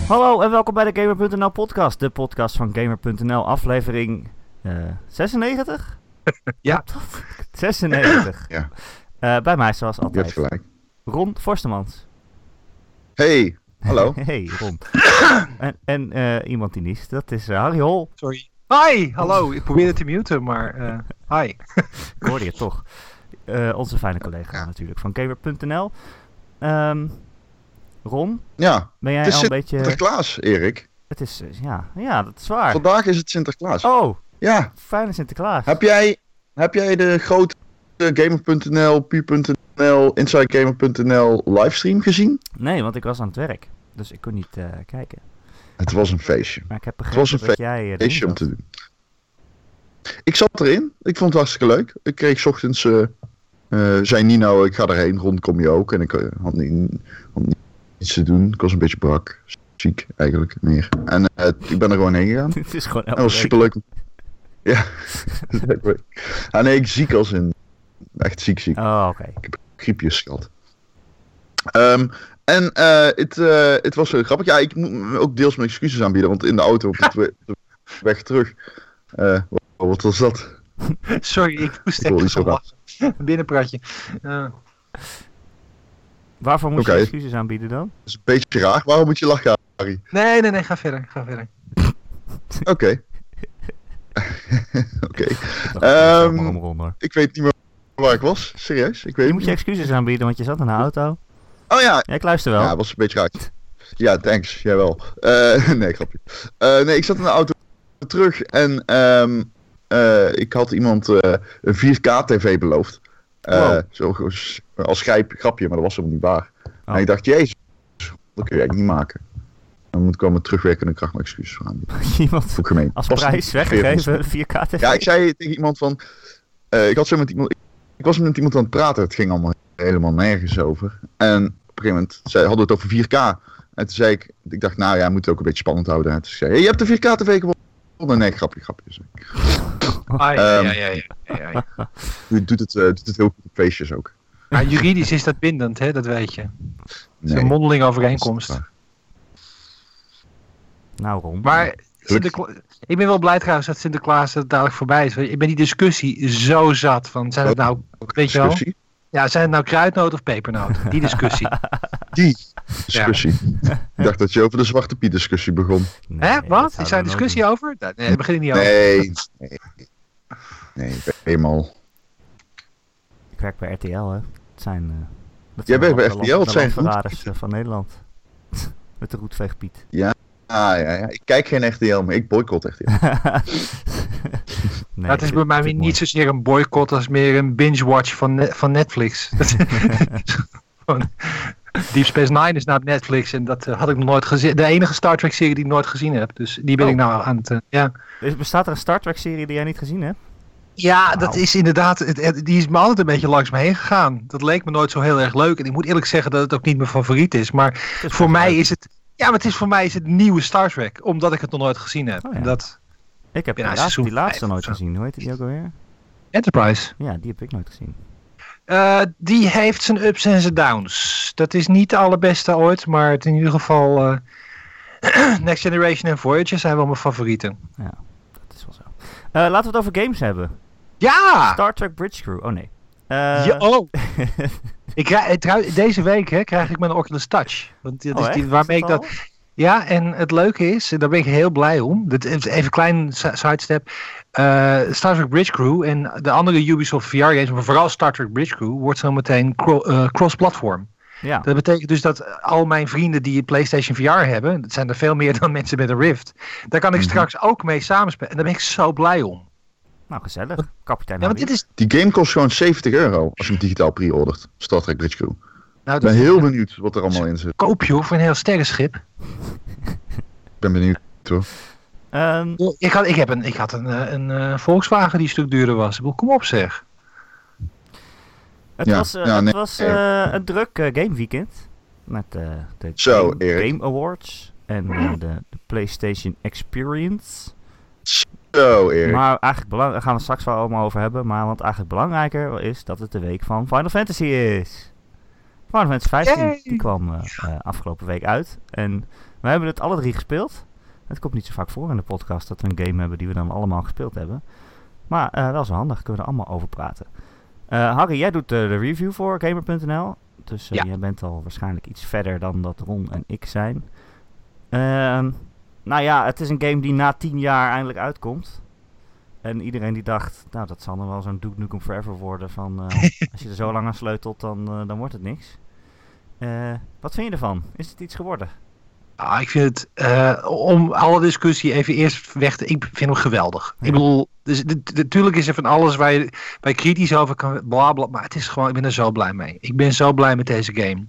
Hallo en welkom bij de Gamer.nl podcast. De podcast van Gamer.nl, aflevering 96? Ja. 96. Ja. Bij mij zoals Je hebt altijd. gelijk. Ron Forstemans. Hey, hallo. Hey Ron. en iemand die niest, dat is Harry Hol. Sorry. Hi, hallo. Ik probeerde te muten, maar hi. Ik hoorde je toch. Onze fijne collega natuurlijk van Gamer.nl. Ron, Ja, ben jij het is al een beetje... Sinterklaas, Erik. Het is, ja, dat is waar. Vandaag is het Sinterklaas. Oh, Ja, fijne Sinterklaas. heb jij de grote Gamer.nl, Pu.nl, InsideGamer.nl livestream gezien? Nee, want ik was aan het werk. Dus ik kon niet kijken. Het was een feestje. Maar ik heb Het was begrepen een dat jij feestje om te doen. Ik zat erin. Ik vond het hartstikke leuk. Ik kreeg 's ochtends... zei Nino, ik ga erheen. Ron, kom je ook? En ik had niets te doen. Ik was een beetje brak. Ziek, eigenlijk, meer. En ik ben er gewoon heen gegaan. Het is gewoon Dat elke was week. superleuk. Ja. Nee, ik ziek als in... Echt ziek. Oh, oké. Griepjes gehad. Het was grappig. Ja, ik moet me ook deels mijn excuses aanbieden, want in de auto op de weg terug. Wat was dat? Sorry, ik moest Ik hoor even niet zo zo lachen. Binnenpratje. Waarvoor moest Oké. je excuses aanbieden dan? Dat is een beetje raar. Waarom moet je lachen, Harry? Nee, ga verder. Oké. Oké. Waarom Ron hoor. Ik weet niet meer waar ik was. Serieus? Ik weet Je het moet je niet. excuses aanbieden, want je zat in een auto. Oh ja. Ja, ik luister wel. Ja, het was een beetje raar. Ja, thanks. Jawel. Nee, grapje. Nee, ik zat in de auto terug en ik had iemand een 4K-tv beloofd. Wow. Zo als grapje, maar dat was helemaal niet waar. Oh. En ik dacht, jezus, dat kun je eigenlijk niet maken. Dan moet ik wel met terugwerkende kracht mijn excuses voor aanbieden. Iemand Ook gemeen. als Was prijs niet weggegeven, 4K TV. Ja, ik zei tegen iemand van... ik was met iemand aan het praten. Het ging allemaal helemaal nergens over. En op een gegeven moment hadden we het over 4K. En toen zei ik dacht, nou ja, we moeten het ook een beetje spannend houden. En toen zei hij, je hebt de 4K TV gewonnen. Nee, grapje. Zei ik. Ja. U doet het heel goed op feestjes ook. Maar juridisch is dat bindend, hè? Dat weet je. Het is Nee, een mondeling overeenkomst. dat is waar. Nou Ron. Maar ik ben wel blij trouwens dat Sinterklaas dat dadelijk voorbij is. Ik ben die discussie zo zat van, zijn het nou, weet je wel? Discussie? Ja, zijn het nou kruidnoot of pepernoot? Die discussie. Die discussie. Ik dacht dat je over de Zwarte Piet discussie begon. Nee, Hè? dat Wat? zouden Is daar we een nooit discussie doen. over? Nee, daar begin ik niet over. Nee, eenmaal. Ik werk bij RTL, hè. Het zijn... Jij werkt bij de RTL, het zijn landverraders van Nederland. Met de roetveegpiet. Ja. Ik kijk geen RTL meer. Ik boycott RTL. Nee, Het is bij mij niet zozeer een boycott als meer een binge-watch van Netflix. Gewoon, Deep Space Nine is naar Netflix en dat had ik nog nooit gezien. De enige Star Trek serie die ik nooit gezien heb. Dus die ben ik nou aan het... ja. Bestaat er een Star Trek serie die jij niet gezien hebt? Ja, Wauw. dat is inderdaad, die is me altijd een beetje langs me heen gegaan. Dat leek me nooit zo heel erg leuk. En ik moet eerlijk zeggen dat het ook niet mijn favoriet is. Maar Het voor mij leuk. is het... Ja, maar voor mij is het nieuwe Star Trek. Omdat ik het nog nooit gezien heb. Oh ja. Dat, Ik heb Ja, die seizoen laatste 5 nooit of zo. gezien. Hoe heet die ook alweer? Enterprise. Ja, die heb ik nooit gezien. Die heeft zijn ups en zijn downs. Dat is niet de allerbeste ooit. Maar het in ieder geval... Next Generation en Voyager zijn wel mijn favorieten. Ja, dat is wel zo. Laten we het over games hebben. Ja! Star Trek Bridge Crew. Oh nee. Ja, oh! Deze week krijg ik mijn Oculus Touch. Want dat is echt? waarmee Is ik het dat... Ja, en het leuke is, daar ben ik heel blij om. Even een klein sidestep. Star Trek Bridge Crew en de andere Ubisoft VR games, maar vooral Star Trek Bridge Crew, wordt zo meteen cross-platform. Ja. Dat betekent dus dat al mijn vrienden die een PlayStation VR hebben, dat zijn er veel meer dan mensen met een Rift, daar kan ik straks ook mee samenspelen. En daar ben ik zo blij om. Nou, gezellig. Kapitein Ja, want Harry. dit is... Die game kost gewoon €70 als je hem digitaal pre-ordert. Star Trek Bridge Crew. Nou, Ik ben heel benieuwd wat er allemaal in zit. koop je hoor, voor een heel sterrenschip. Ik ben benieuwd hoor. Ik had een Volkswagen die een stuk duurder was. Ik bedoel, kom op zeg. Het Ja, was, ja, het nee, was nee. een druk gameweekend. Met de Zo, Game, Erik. Game Awards. En de PlayStation Experience. Zo, Erik. Maar eigenlijk daar gaan we straks wel allemaal over hebben. Maar wat eigenlijk belangrijker is dat het de week van Final Fantasy is. Final Fantasy 15 Yay! die kwam afgelopen week uit. En we hebben het alle 3 gespeeld. Het komt niet zo vaak voor in de podcast dat we een game hebben die we dan allemaal gespeeld hebben. Maar wel zo handig, kunnen we er allemaal over praten. Harry, jij doet de review voor Gamer.nl. Dus jij bent al waarschijnlijk iets verder dan dat Ron en ik zijn. Nou ja, het is een game die na 10 jaar eindelijk uitkomt. En iedereen die dacht, nou dat zal dan wel zo'n Duke Nukem Forever worden. Van als je er zo lang aan sleutelt, dan wordt het niks. Wat vind je ervan? Is het iets geworden? Ik vind het, om alle discussie even eerst weg te... Ik vind hem geweldig. Ja. Ik bedoel, dus, natuurlijk is er van alles waar je kritisch over kan blabla, maar het is gewoon, ik ben er zo blij mee. Ik ben zo blij met deze game.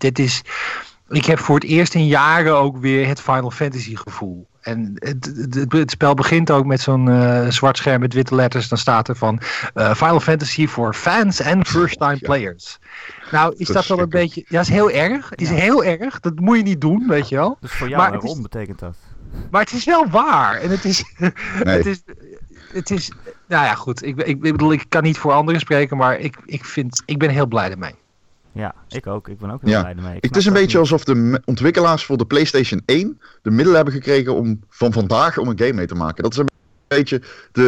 Ik heb voor het eerst in jaren ook weer het Final Fantasy gevoel. En het spel begint ook met zo'n zwart scherm met witte letters. Dan staat er van Final Fantasy for fans and first time players. Nou, is dat wel een beetje... Ja, is heel erg. Het is heel erg. Dat moet je niet doen, weet je wel. Dus voor jou en Ron betekent dat? Maar het is wel waar. En het is... Nee. het is... Nou ja, goed. Ik bedoel, ik kan niet voor anderen spreken, maar ik ben heel blij ermee. Ja, ik ook. Ik ben ook heel blij ermee. Het is een beetje alsof de ontwikkelaars voor de PlayStation 1 de middelen hebben gekregen om van vandaag om een game mee te maken. Dat is een beetje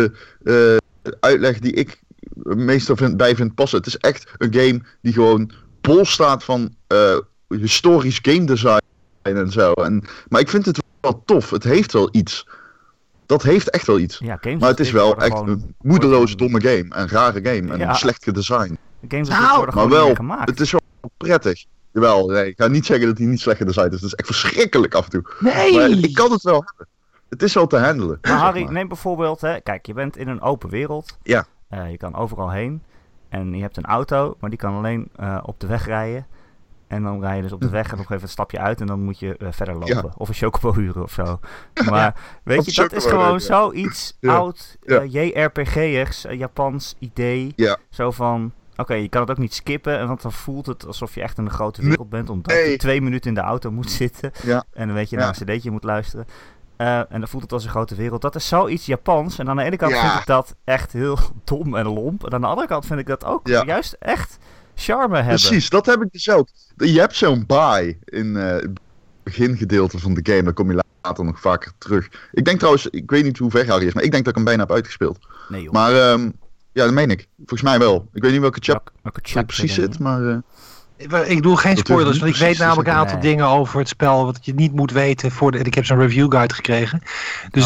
de uitleg die ik meestal vind passen. Het is echt een game die gewoon bol staat van historisch game design en zo. Maar ik vind het wel tof. Het heeft wel iets. Dat heeft echt wel iets. Ja, maar het is wel echt een moedeloos domme game. Een rare game. En slecht gedesigned. De games worden gewoon maar wel, gemaakt. Het is wel prettig. Jawel, nee, ik ga niet zeggen dat hij niet slecht gedesigned is. Het is echt verschrikkelijk af en toe. Nee! Maar ik kan het wel hebben. Het is wel te handelen. Maar Harry, neem bijvoorbeeld... Kijk, je bent in een open wereld. Ja. Je kan overal heen. En je hebt een auto, maar die kan alleen op de weg rijden. En dan rij je dus op de weg en nog even een stapje uit. En dan moet je verder lopen. Ja. Of een chocobo huren of zo. Maar weet je, dat is gewoon zoiets oud JRPG'ers, Japans idee. Ja. Zo van... Oké, je kan het ook niet skippen, want dan voelt het alsof je echt in een grote wereld bent. Omdat je 2 minuten in de auto moet zitten. Ja. En dan weet je naar een cd'tje moet luisteren. En dan voelt het als een grote wereld. Dat is zoiets Japans. En aan de ene kant vind ik dat echt heel dom en lomp. En aan de andere kant vind ik dat ook juist echt charme hebben. Precies, dat heb ik dus ook. Je hebt zo'n baai in het begingedeelte van de game. Dan kom je later nog vaker terug. Ik denk trouwens, ik weet niet hoe ver Harry is, maar ik denk dat ik hem bijna heb uitgespeeld. Nee joh. Maar ja, dat meen ik. Volgens mij wel. Ik weet niet welke chapter precies zit, maar... Ik doe geen spoilers, want ik weet namelijk een aantal dingen over het spel wat je niet moet weten voordat ik heb zo'n review guide gekregen. Dus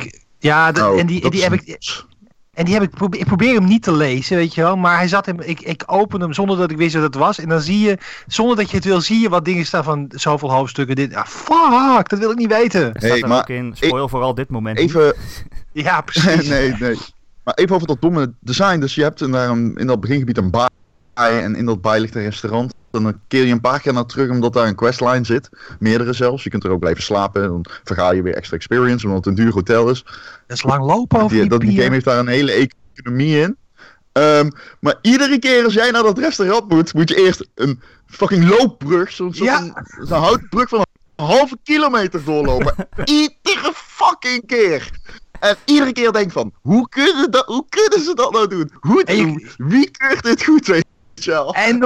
ik probeer hem niet te lezen, weet je wel, maar hij zat hem, ik open hem zonder dat ik wist wat het was en dan zie je, zonder dat je het wil, zie je wat dingen staan van zoveel hoofdstukken, dit, fuck, dat wil ik niet weten. Er staat er ook in, spoil vooral dit moment. Even... Ja, precies. nee. Maar even over dat domme design, dus je hebt in dat begingebied een baai en in dat baai ligt een restaurant. Dan keer je een paar keer naar terug omdat daar een questline zit. Meerdere zelfs. Je kunt er ook blijven slapen. Dan verga je weer extra experience omdat het een duur hotel is. Dat is lang lopen over die game heeft daar een hele economie in. Maar iedere keer als jij naar dat restaurant moet je eerst een fucking loopbrug. Zo'n houten brug van een halve kilometer doorlopen. Iedere fucking keer. En iedere keer denk van, hoe kunnen ze dat nou doen? Wie keurt dit goed, weet je wel? En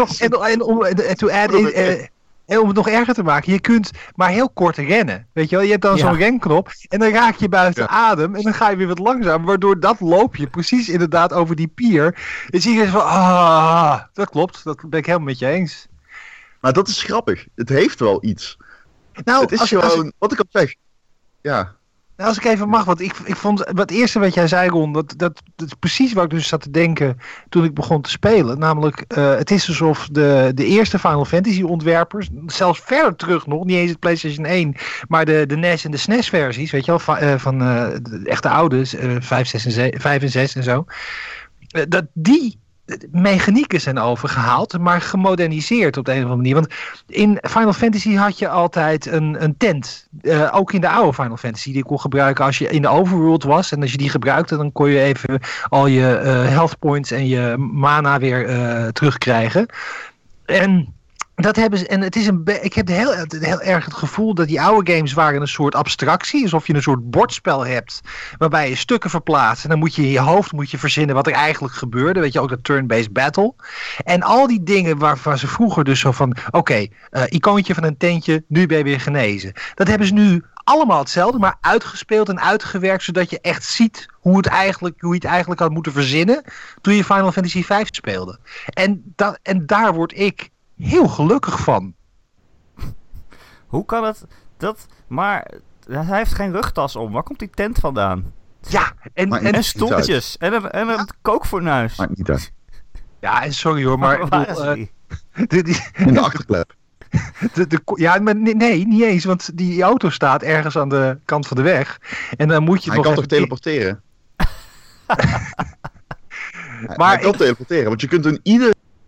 om het nog erger te maken, je kunt maar heel kort rennen. Weet je wel, je hebt dan zo'n renknop en dan raak je buiten adem en dan ga je weer wat langzaam. Waardoor dat loopje precies inderdaad over die pier. En zie je van, dat klopt, dat ben ik helemaal met je eens. Maar dat is grappig. Het heeft wel iets. Nou, het is wat ik al zeg. Ja. Nou, als ik even mag, want ik vond het eerste wat jij zei, Ron, dat is precies waar ik dus zat te denken toen ik begon te spelen. Namelijk, het is alsof de eerste Final Fantasy ontwerpers, zelfs verder terug nog, niet eens het PlayStation 1, maar de NES en de SNES versies, weet je wel, van de echte oude, 5 en 6 en zo, dat die mechanieken zijn overgehaald, maar gemoderniseerd op de een of andere manier. Want in Final Fantasy had je altijd een tent. Ook in de oude Final Fantasy. Die kon gebruiken als je in de overworld was. En als je die gebruikte, dan kon je even al je health points en je mana weer terugkrijgen. En Dat hebben ze, en het is ik heb heel erg het gevoel dat die oude games waren een soort abstractie. Alsof je een soort bordspel hebt waarbij je stukken verplaatst. En dan moet je in je hoofd verzinnen wat er eigenlijk gebeurde. Weet je, ook dat turn-based battle. En al die dingen waarvan ze vroeger dus zo van... Oké, icoontje van een tentje, nu ben je weer genezen. Dat hebben ze nu allemaal hetzelfde, maar uitgespeeld en uitgewerkt. Zodat je echt ziet hoe je het eigenlijk had moeten verzinnen toen je Final Fantasy V speelde. En daar word ik heel gelukkig van. Hoe kan het maar hij heeft geen rugtas om. Waar komt die tent vandaan? Ja, en stoeltjes. En een kookfornuis. Maakt niet uit. Ja, en sorry hoor, maar... Waar is die? In de achterklep. Ja, maar nee, niet eens. Want die auto staat ergens aan de kant van de weg. En dan moet je Hij kan toch teleporteren? Hij kan teleporteren, want je kunt op ieder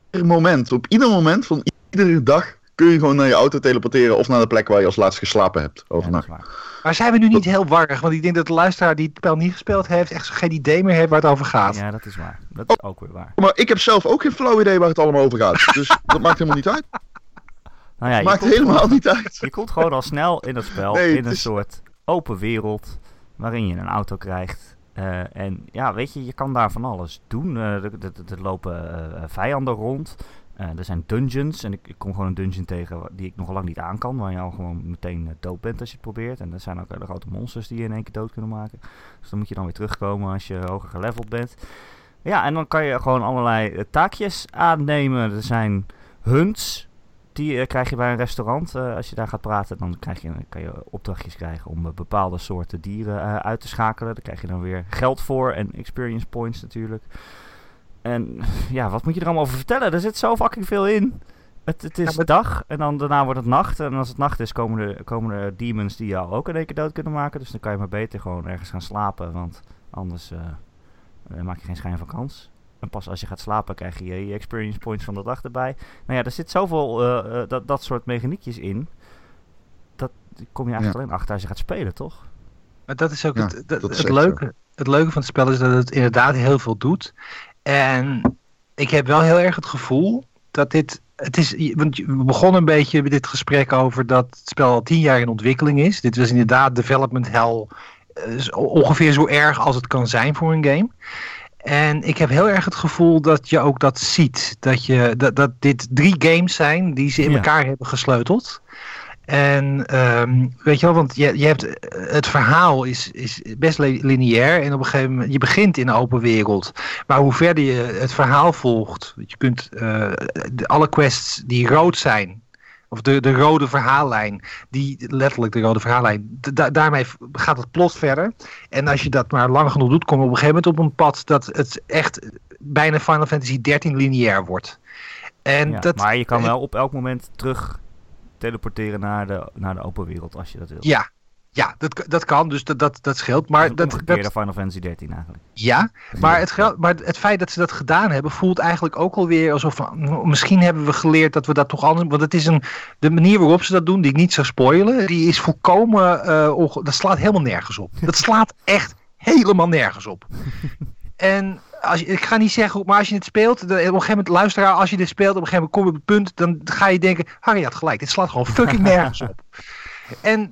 moment van iedere dag kun je gewoon naar je auto teleporteren of naar de plek waar je als laatst geslapen hebt overnacht. Maar zijn we nu niet heel warrig? Want ik denk dat de luisteraar die het spel niet gespeeld heeft echt geen idee meer heeft waar het over gaat. Ja, dat is waar. Dat is ook weer waar. Maar ik heb zelf ook geen flauw idee waar het allemaal over gaat. Dus dat maakt helemaal niet uit. Nou ja, maakt helemaal niet uit. Je komt gewoon al snel in dat spel, in een soort open wereld waarin je een auto krijgt. En ja, weet je kan daar van alles doen. Er lopen vijanden rond. Er zijn dungeons. En ik kom gewoon een dungeon tegen die ik nog lang niet aan kan. Waar je al gewoon meteen dood bent als je het probeert. En er zijn ook hele grote monsters die je in één keer dood kunnen maken. Dus dan moet je dan weer terugkomen als je hoger geleveld bent. Ja, en dan kan je gewoon allerlei taakjes aannemen. Er zijn hunts. Die krijg je bij een restaurant. Als je daar gaat praten, dan kan je opdrachtjes krijgen om bepaalde soorten dieren uit te schakelen. Daar krijg je dan weer geld voor en experience points natuurlijk. En ja, wat moet je er allemaal over vertellen? Er zit zo fucking veel in. Het is dag en dan daarna wordt het nacht. En als het nacht is, komen er demons die jou ook in één keer dood kunnen maken. Dus dan kan je maar beter gewoon ergens gaan slapen. Want anders maak je geen schijn van kans. En pas als je gaat slapen krijg je je experience points van de dag erbij. Nou ja, er zit zoveel dat soort mechaniekjes in. Dat kom je eigenlijk alleen achter als je gaat spelen, toch? Maar dat is ook het leuke. Het leuke van het spel is dat het inderdaad heel veel doet. En ik heb wel heel erg het gevoel dat want we begonnen een beetje met dit gesprek over dat het spel al 10 jaar in ontwikkeling is. Dit was inderdaad development hell, ongeveer zo erg als het kan zijn voor een game. En ik heb heel erg het gevoel dat je ook dat ziet. Dat dit 3 games zijn die ze in elkaar hebben gesleuteld. En weet je wel, want je hebt, het verhaal is best lineair. En op een gegeven moment, je begint in een open wereld. Maar hoe verder je het verhaal volgt. Je kunt alle quests die rood zijn. Of de rode verhaallijn, letterlijk de rode verhaallijn, daarmee gaat het plot verder. En als je dat maar lang genoeg doet, kom je op een gegeven moment op een pad dat het echt bijna Final Fantasy 13 lineair wordt. En maar je kan wel op elk moment terug teleporteren naar de open wereld als je dat wil. Ja, dat kan, dus dat scheelt. Maar dat omgekeerde Final Fantasy 13 eigenlijk. Ja, maar het feit dat ze dat gedaan hebben voelt eigenlijk ook alweer alsof van, misschien hebben we geleerd dat we dat toch anders... Want het is de manier waarop ze dat doen, die ik niet zou spoilen, die is volkomen... dat slaat helemaal nergens op. Dat slaat echt helemaal nergens op. En ik ga niet zeggen, maar als je het speelt, op een gegeven moment, luisteraar, als je dit speelt, op een gegeven moment kom je op het punt, dan ga je denken, Harry had gelijk, dit slaat gewoon fucking nergens op. En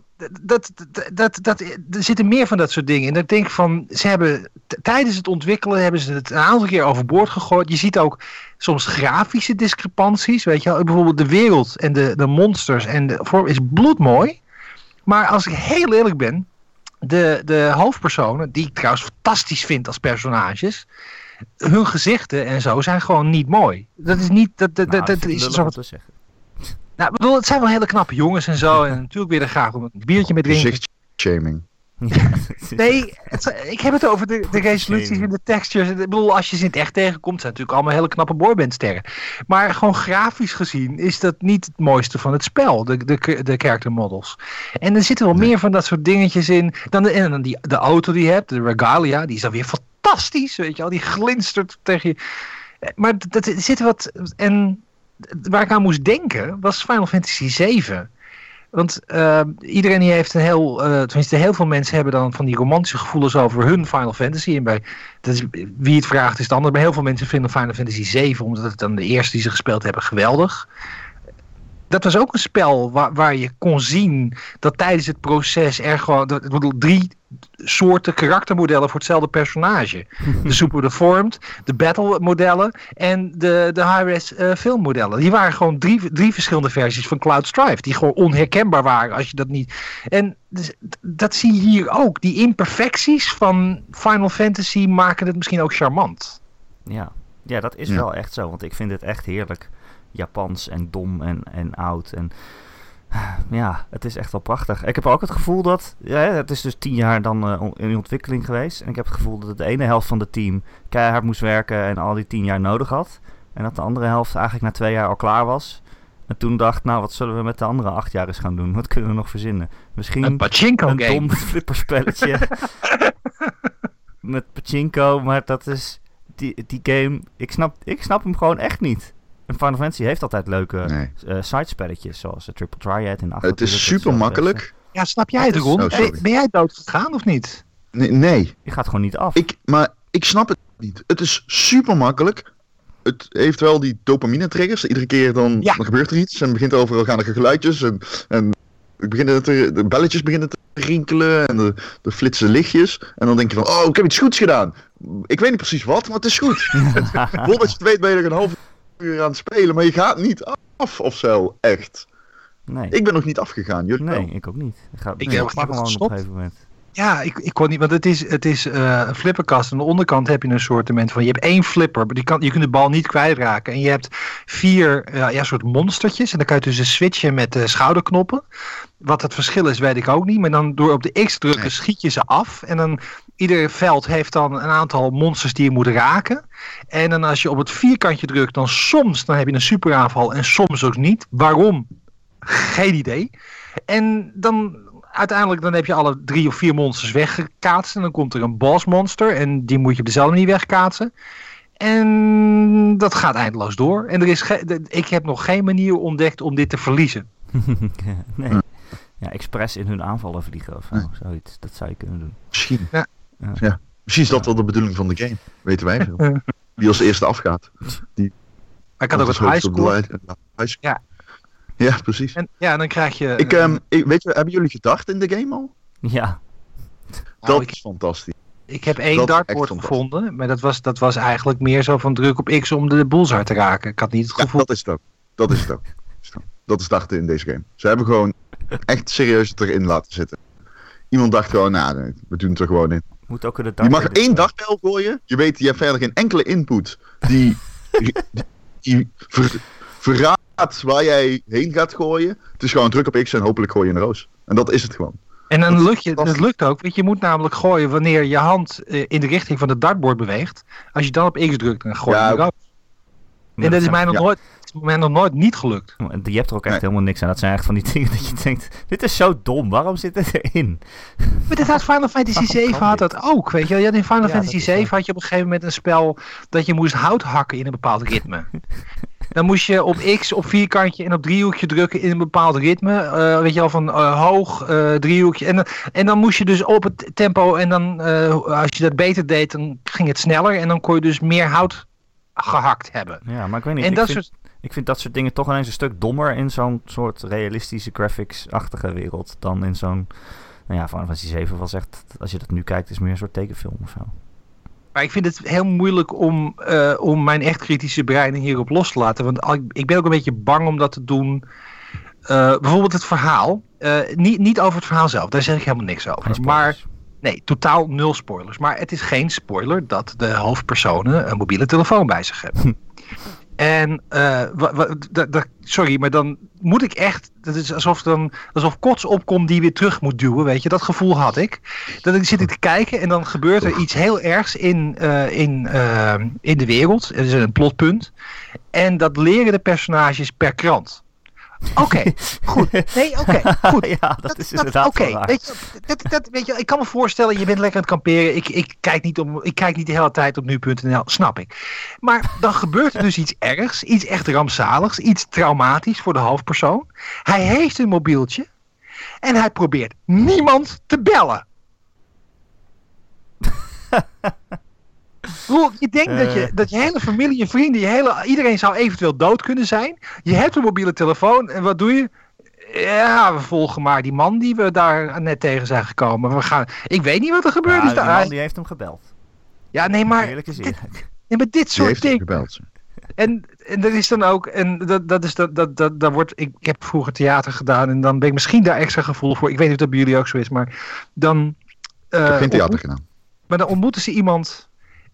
er zitten meer van dat soort dingen. En ik denk van, ze hebben tijdens het ontwikkelen hebben ze het een aantal keer overboord gegooid. Je ziet ook soms grafische discrepanties, weet je wel. Bijvoorbeeld de wereld en de monsters en de vorm is bloedmooi. Maar als ik heel eerlijk ben, de hoofdpersonen, die ik trouwens fantastisch vind als personages, hun gezichten en zo zijn gewoon niet mooi. Dat is niet... Dat is zo te zeggen. Nou, ik bedoel, het zijn wel hele knappe jongens en zo. En natuurlijk weer er graag een biertje mee drinken. Gezichtsshaming. Nee, ik heb het over de resoluties en de textures. Ik bedoel, als je ze in het echt tegenkomt, zijn natuurlijk allemaal hele knappe boybandsterren. Maar gewoon grafisch gezien is dat niet het mooiste van het spel, de character models. En er zitten wel meer van dat soort dingetjes in. Dan de auto die je hebt, de Regalia, die is dan weer fantastisch, weet je wel. Die glinstert tegen je. Maar er zit wat... En waar ik aan moest denken was Final Fantasy 7. Want iedereen die heeft tenminste heel veel mensen hebben dan van die romantische gevoelens over hun Final Fantasy. En wie het vraagt is het ander. Maar heel veel mensen vinden Final Fantasy 7, omdat het dan de eerste die ze gespeeld hebben, geweldig. dat was ook een spel waar je kon zien dat tijdens het proces er gewoon 3 soorten karaktermodellen voor hetzelfde personage. De Super Deformed, de Battle modellen en de high-res filmmodellen. Die waren gewoon 3 verschillende versies van Cloud Strife. Die gewoon onherkenbaar waren als je dat niet... En dus, dat zie je hier ook. Die imperfecties van Final Fantasy maken het misschien ook charmant. Ja, dat is wel echt zo. Want ik vind het echt heerlijk. Japans en dom en oud. En ja, het is echt wel prachtig. Ik heb ook het gevoel dat... Ja, het is dus 10 jaar dan in ontwikkeling geweest. En ik heb het gevoel dat de ene helft van het team keihard moest werken en al die 10 jaar nodig had. En dat de andere helft eigenlijk na 2 jaar al klaar was. En toen dacht, nou, wat zullen we met de andere 8 jaar eens gaan doen? Wat kunnen we nog verzinnen? Misschien een pachinko game. Dom flipperspelletje. Met pachinko, maar dat is... Die game, ik snap hem gewoon echt niet. En Final Fantasy heeft altijd leuke sidespelletjes, zoals Triple Triad en het is super makkelijk. Ja, snap jij het, Ron? Ben jij dood gegaan of niet? Nee. Je gaat gewoon niet af. Maar ik snap het niet. Het is super makkelijk. Het heeft wel die dopamine triggers. Iedere keer dan gebeurt er iets en begint overal gaan er geluidjes en de belletjes beginnen te rinkelen en de flitsen lichtjes. En dan denk je van, oh, ik heb iets goeds gedaan. Ik weet niet precies wat, maar het is goed. Voordat je het weet ben je er een half uur aan het spelen, maar je gaat niet af of zo, echt. Nee. Ik ben nog niet afgegaan, jullie wel? Nee, ik ook niet. Ik heb gewoon op een gegeven moment. Ja, ik kon niet, want het is een flipperkast. Aan de onderkant heb je een soortement van, je hebt 1 flipper, maar je kunt de bal niet kwijtraken. En je hebt 4 soort monstertjes en dan kan je tussen switchen met schouderknoppen. Wat het verschil is, weet ik ook niet. Maar dan door op de X te drukken schiet je ze af. En dan ieder veld heeft dan een aantal monsters die je moet raken. En dan als je op het vierkantje drukt, dan heb je een superaanval en soms ook niet. Waarom? Geen idee. En dan... Uiteindelijk dan heb je alle 3 of 4 monsters weggekaatst. En dan komt er een bossmonster. En die moet je op dezelfde manier wegkaatsen. En dat gaat eindeloos door. En ik heb nog geen manier ontdekt om dit te verliezen. Nee. Ja, expres in hun aanvallen vliegen of zoiets. Dat zou je kunnen doen. Misschien. Ja. Misschien is dat wel de bedoeling van de game. Weten wij veel. Wie als eerste afgaat. Maar ik had ook het highscore. Ja. Ja, precies. En dan krijg je... weet je, hebben jullie gedacht in de game al? Ja. Dat is fantastisch. Ik heb 1 dartboard gevonden, maar dat was eigenlijk meer zo van druk op X om de bullseye te raken. Ik had niet het gevoel... Ja, dat is het ook. Dat is dachten in deze game. Ze hebben gewoon echt serieus het erin laten zitten. Iemand dacht gewoon, we doen het er gewoon in. Moet ook je mag 1 dartpijl gooien. Je weet, je hebt verder geen enkele input die verraadt waar jij heen gaat gooien. Het is gewoon druk op X en hopelijk gooi je een roos. En dat is het gewoon. En dan het lukt ook, want je moet namelijk gooien wanneer je hand in de richting van het dartboard beweegt. Als je dan op X drukt, dan gooi je een roos. En dat is mij nog nooit niet gelukt. Je hebt er ook echt helemaal niks aan. Dat zijn echt van die dingen dat je denkt, dit is zo dom, waarom zit dit erin? Maar dit had Final Fantasy 7 had dat ook, weet je. In Final Fantasy 7 had je op een gegeven moment een spel dat je moest hout hakken in een bepaald ritme. Dan moest je op X, op vierkantje en op driehoekje drukken in een bepaald ritme. Weet je wel, van hoog, driehoekje. En dan moest je dus op het tempo en dan, als je dat beter deed, dan ging het sneller. En dan kon je dus meer hout gehakt hebben. Ja, maar ik weet niet. En ik vind dat soort dingen toch ineens een stuk dommer in zo'n soort realistische graphics-achtige wereld dan in zo'n... Nou ja, Final Fantasy 7 was echt, als je dat nu kijkt, is meer een soort tekenfilm of zo. Maar ik vind het heel moeilijk om mijn echt kritische brein hierop los te laten. Want ik ben ook een beetje bang om dat te doen. Bijvoorbeeld het verhaal. Niet over het verhaal zelf, daar zeg ik helemaal niks over. Maar nee, totaal 0 spoilers. Maar het is geen spoiler dat de hoofdpersonen een mobiele telefoon bij zich hebben. En, sorry, maar dan moet ik echt, dat is alsof kots opkomt die weer terug moet duwen, weet je, dat gevoel had ik. Dan zit ik te kijken en dan gebeurt er iets heel ergs in de wereld, er is een plotpunt, en dat leren de personages per krant. Oké, goed. Nee, oké, goed. Ja, dat is inderdaad oké. Weet je, ik kan me voorstellen, je bent lekker aan het kamperen. Ik kijk niet de hele tijd op nu.nl, snap ik. Maar dan gebeurt er dus iets ergs, iets echt rampzaligs, iets traumatisch voor de hoofdpersoon. Hij heeft een mobieltje en hij probeert niemand te bellen. Roel, je denkt dat je hele familie, je vrienden, iedereen zou eventueel dood kunnen zijn. Je hebt een mobiele telefoon en wat doe je? Ja, we volgen maar die man die we daar net tegen zijn gekomen. Ik weet niet wat er gebeurd is daar. Die man die heeft hem gebeld. Ja, nee, maar... Eerlijk is eerlijk. dit soort dingen. Gebeld. En er is dan ook, en dat wordt, ik heb vroeger theater gedaan en dan ben ik misschien daar extra gevoelig voor. Ik weet niet of dat bij jullie ook zo is, maar dan... Ik heb geen theater gedaan. Maar dan ontmoeten ze iemand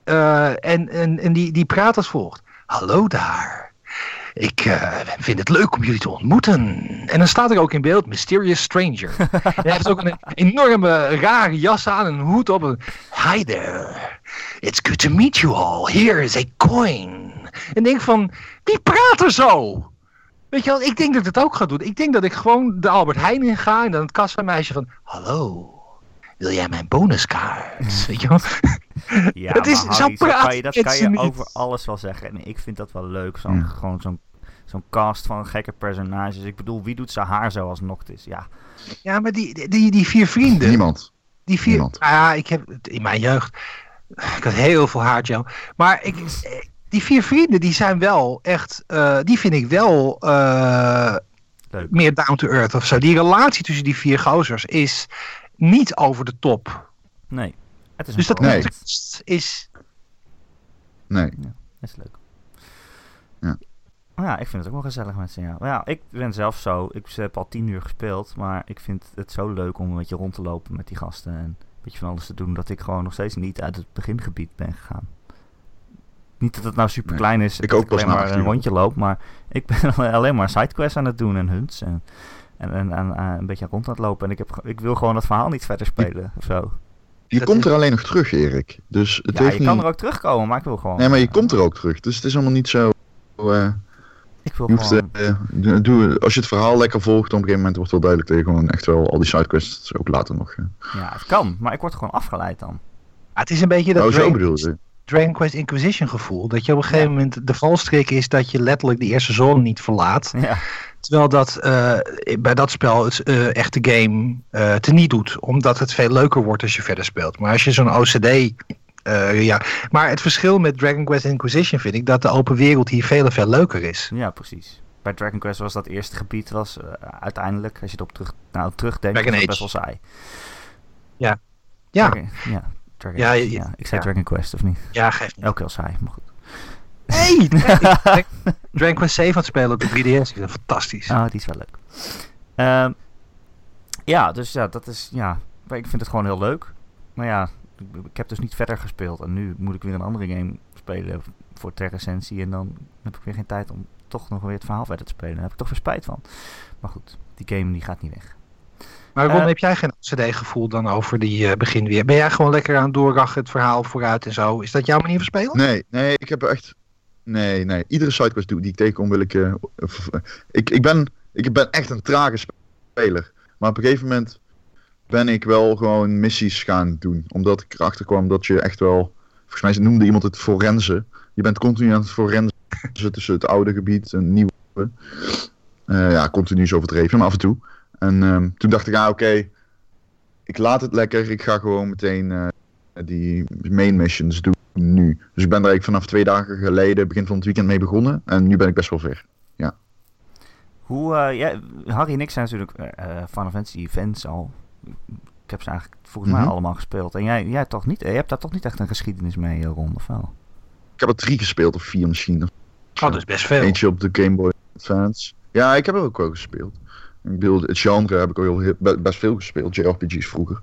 en die praat als volgt. Hallo daar. Ik vind het leuk om jullie te ontmoeten. En dan staat er ook in beeld Mysterious Stranger. En hij heeft ook een enorme rare jas aan en een hoed op. Hi there. It's good to meet you all. Here is a coin. En denk van, wie praat er zo? Weet je wel, ik denk dat ik het ook ga doen. Ik denk dat ik gewoon de Albert Heijn in ga en dan het kassameisje van... Hallo, wil jij mijn bonuskaart? Weet je wel? Ja, het is Harry, dat kan je niet. over alles wel zeggen. En ik vind dat wel leuk. Gewoon zo'n cast van gekke personages. Ik bedoel, wie doet zijn haar zo als Noctis? Ja, Ja, maar die 4 vrienden. Niemand. Die 4. Niemand. Ik heb in mijn jeugd. Ik had heel veel haargel. Maar die 4 vrienden, die zijn wel echt. Die vind ik wel leuk. meer down to earth of zo. Die relatie tussen die 4 gozers is niet over de top. Nee. Het is Dus dat Nee. is. Nee. Ja, dat is leuk. Ja. Maar ja, ik vind het ook wel gezellig met ze. Ja. Maar ja, ik ben zelf zo. Ik heb al 10 uur gespeeld. Maar ik vind het zo leuk om een beetje rond te lopen met die gasten. En een beetje van alles te doen. Dat ik gewoon nog steeds niet uit het begingebied ben gegaan. Niet dat het nou super klein is. Ik dat ook ik pas alleen na maar 8 een uur. rondje loop. Maar ik ben alleen maar sidequests aan het doen. En hunts. En een beetje rond aan het lopen. En ik wil gewoon dat verhaal niet verder spelen. Of zo. Je Dat komt is- er alleen nog terug, Erik. Dus het Ja, heeft je niet... kan er ook terugkomen. Maar ik wil gewoon... Nee, maar je komt er ook terug. Dus het is allemaal niet zo... Ik wil je hoeft, gewoon... als je het verhaal lekker volgt, op een gegeven moment wordt wel duidelijk dat je gewoon echt wel al die sidequests ook later nog... Ja, het kan. Maar ik word gewoon afgeleid dan. Het is een beetje dat zo bedoel je. Dragon Quest Inquisition gevoel. Dat je op een gegeven moment de valstrik is dat je letterlijk de eerste zone niet verlaat. Ja. Terwijl dat bij dat spel het echte game teniet doet. Omdat het veel leuker wordt als je verder speelt. Maar als je zo'n OCD... ja. Maar het verschil met Dragon Quest Inquisition vind ik dat de open wereld hier veel leuker is. Ja, precies. Bij Dragon Quest was dat eerste gebied uiteindelijk, als je erop terugdenkt, Dragon was het Age. best wel saai. Ja. Dragon Ja, Age. Ja, ik zei Dragon Quest, of niet? Ja, geeft niet. Elke keer saai, maar goed. Nee! Dragon Quest 7 aan het spelen op de 3DS. Ik vind dat fantastisch. Ah, die is wel leuk. Ja, dus ja, dat is, ja, maar ik vind het gewoon heel leuk. Maar ja, ik heb dus niet verder gespeeld. En nu moet ik weer een andere game spelen voor ter recensie. En dan heb ik weer geen tijd om toch nog weer het verhaal verder te spelen. Daar heb ik toch weer spijt van. Maar goed, die game die gaat niet weg. Maar Ron, heb jij geen OCD-gevoel dan over die begin weer? Ben jij gewoon lekker aan het doorrachen, het verhaal vooruit en zo? Is dat jouw manier van spelen? Nee, ik heb echt... Nee. Iedere sidequest die ik tegenkom wil ik... Ik ben echt een trage speler. Maar op een gegeven moment ben ik wel gewoon missies gaan doen. Omdat ik erachter kwam dat je echt wel... Volgens mij noemde iemand het forensen. Je bent continu aan het forensen tussen het oude gebied en het nieuwe. Continu is overdreven, maar af en toe. En toen dacht ik, oké, ik laat het lekker. Ik ga gewoon meteen die main missions doen nu. Dus ik ben daar vanaf 2 dagen geleden, begin van het weekend mee begonnen. En nu ben ik best wel ver. Ja. Harry en ik zijn natuurlijk Final Fantasy fans al. Ik heb ze eigenlijk volgens mij allemaal gespeeld. En jij toch niet? Je hebt daar toch niet echt een geschiedenis mee, Ron, of wel? Ik heb er 3 gespeeld, of 4 misschien. Oh, dat is best veel. Eentje op de Game Boy Advance. Ja, ik heb er ook wel gespeeld. Ik bedoel, het genre heb ik al best veel gespeeld. JRPG's vroeger.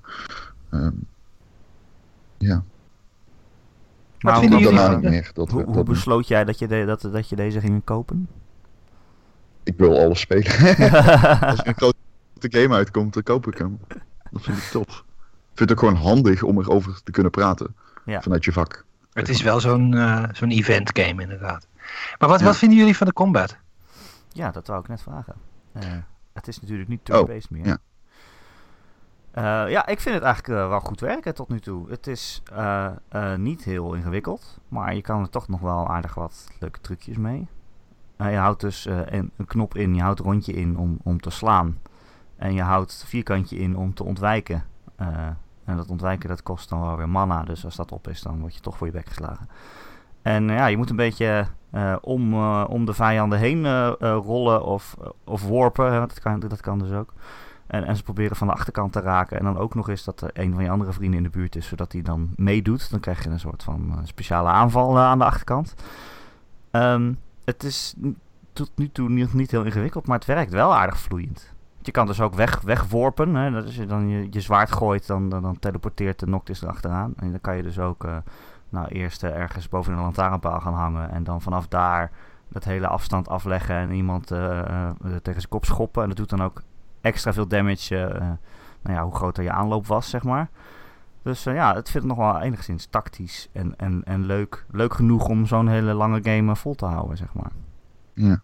Ja. Maar Wat vinden jullie daarna van... niet meer. Hoe besloot jij dat je deze ging kopen? Ik wil alles spelen. Als er een grote game uitkomt, dan koop ik hem. Dat vind ik tof. Ik vind het ook gewoon handig om erover te kunnen praten. Ja. Vanuit je vak. Het is wel zo'n event game inderdaad. Maar wat vinden jullie van de combat? Ja, dat wou ik net vragen. Het is natuurlijk niet turn-based meer. Ja, ik vind het eigenlijk wel goed werken tot nu toe. Het is niet heel ingewikkeld, maar je kan er toch nog wel aardig wat leuke trucjes mee. Je houdt dus een knop in, je houdt rondje in om te slaan. En je houdt vierkantje in om te ontwijken. En dat ontwijken, dat kost dan wel weer mana. Dus als dat op is, dan word je toch voor je bek geslagen. En je moet een beetje om de vijanden heen rollen of worpen. Hè, dat kan dus ook. En ze proberen van de achterkant te raken. En dan ook nog eens dat er een van je andere vrienden in de buurt is, zodat hij dan meedoet. Dan krijg je een soort van speciale aanval aan de achterkant. Het is tot nu toe niet heel ingewikkeld, maar het werkt wel aardig vloeiend. Je kan dus ook wegworpen. Hè? Dat als je dan je zwaard gooit, dan teleporteert de Noctis erachteraan. En dan kan je dus ook eerst ergens boven een lantaarnpaal gaan hangen. En dan vanaf daar dat hele afstand afleggen en iemand tegen zijn kop schoppen. En dat doet dan ook extra veel damage, hoe groter je aanloop was, zeg maar. Dus het vind ik nog wel enigszins tactisch en leuk. Leuk genoeg om zo'n hele lange game vol te houden, zeg maar. Ja.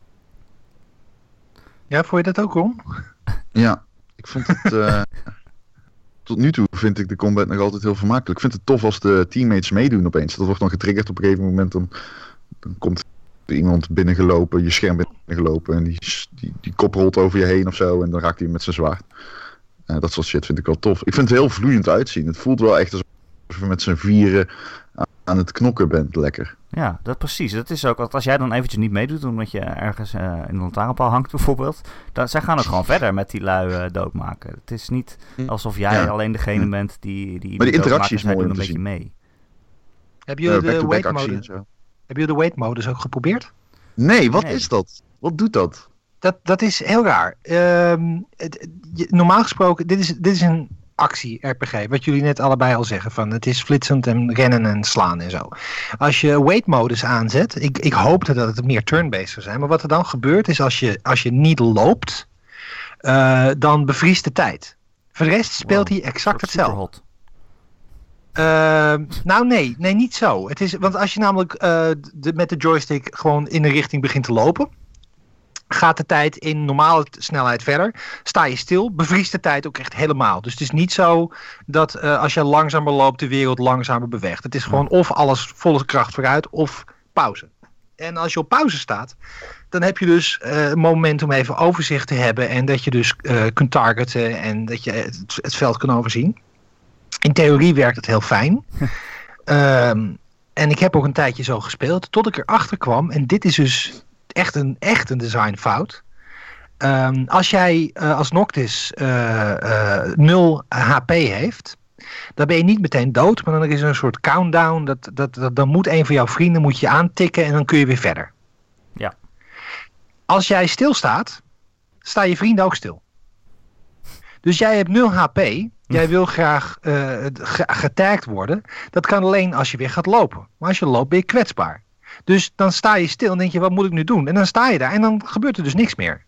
Ja, vond je dat ook, Ron? Ja, ik vond het... tot nu toe vind ik de combat nog altijd heel vermakelijk. Ik vind het tof als de teammates meedoen opeens. Dat wordt dan getriggerd op een gegeven moment. Dan komt er iemand binnengelopen, je scherm binnengelopen. En die kop rolt over je heen of zo. En dan raakt hij met zijn zwaard. Dat soort shit vind ik wel tof. Ik vind het heel vloeiend uitzien. Het voelt wel echt alsof je met z'n vieren aan het knokken bent. Lekker. Ja, dat precies. Dat is ook, want als jij dan eventjes niet meedoet, omdat je ergens in een lantaarnpaal hangt bijvoorbeeld, zij gaan ook gewoon verder met die lui doodmaken. Het is niet alsof jij alleen degene bent die maar die interactie is mooi doen om een te beetje zien. mee. Hebben jullie de wait modus ook geprobeerd? Nee, wat is dat? Wat doet dat? Dat is heel raar. Normaal gesproken, dit is een actie-RPG. Wat jullie net allebei al zeggen. Van het is flitsend en rennen en slaan en zo. Als je wait-modus aanzet. Ik hoopte dat het meer turn-based zou zijn. Maar wat er dan gebeurt is als je niet loopt. Dan bevriest de tijd. Voor de rest speelt hij exact hetzelfde. Nee, niet zo. Want als je namelijk met de joystick gewoon in een richting begint te lopen, gaat de tijd in normale snelheid verder. Sta je stil, bevriest de tijd ook echt helemaal. Dus het is niet zo dat als je langzamer loopt, de wereld langzamer beweegt. Het is gewoon of alles volle kracht vooruit, of pauze. En als je op pauze staat, dan heb je dus een moment om even overzicht te hebben. En dat je dus kunt targeten en dat je het veld kan overzien. In theorie werkt het heel fijn. En ik heb ook een tijdje zo gespeeld, tot ik erachter kwam. En dit is dus echt een designfout. Als jij als Noctis 0 HP heeft, dan ben je niet meteen dood, maar dan is er een soort countdown. Dan moet een van jouw vrienden moet je aantikken en dan kun je weer verder. Ja. Als jij stilstaat, staan je vrienden ook stil. Dus jij hebt 0 HP, jij wil graag getagd worden. Dat kan alleen als je weer gaat lopen. Maar als je loopt ben je kwetsbaar. Dus dan sta je stil en denk je, wat moet ik nu doen? En dan sta je daar en dan gebeurt er dus niks meer.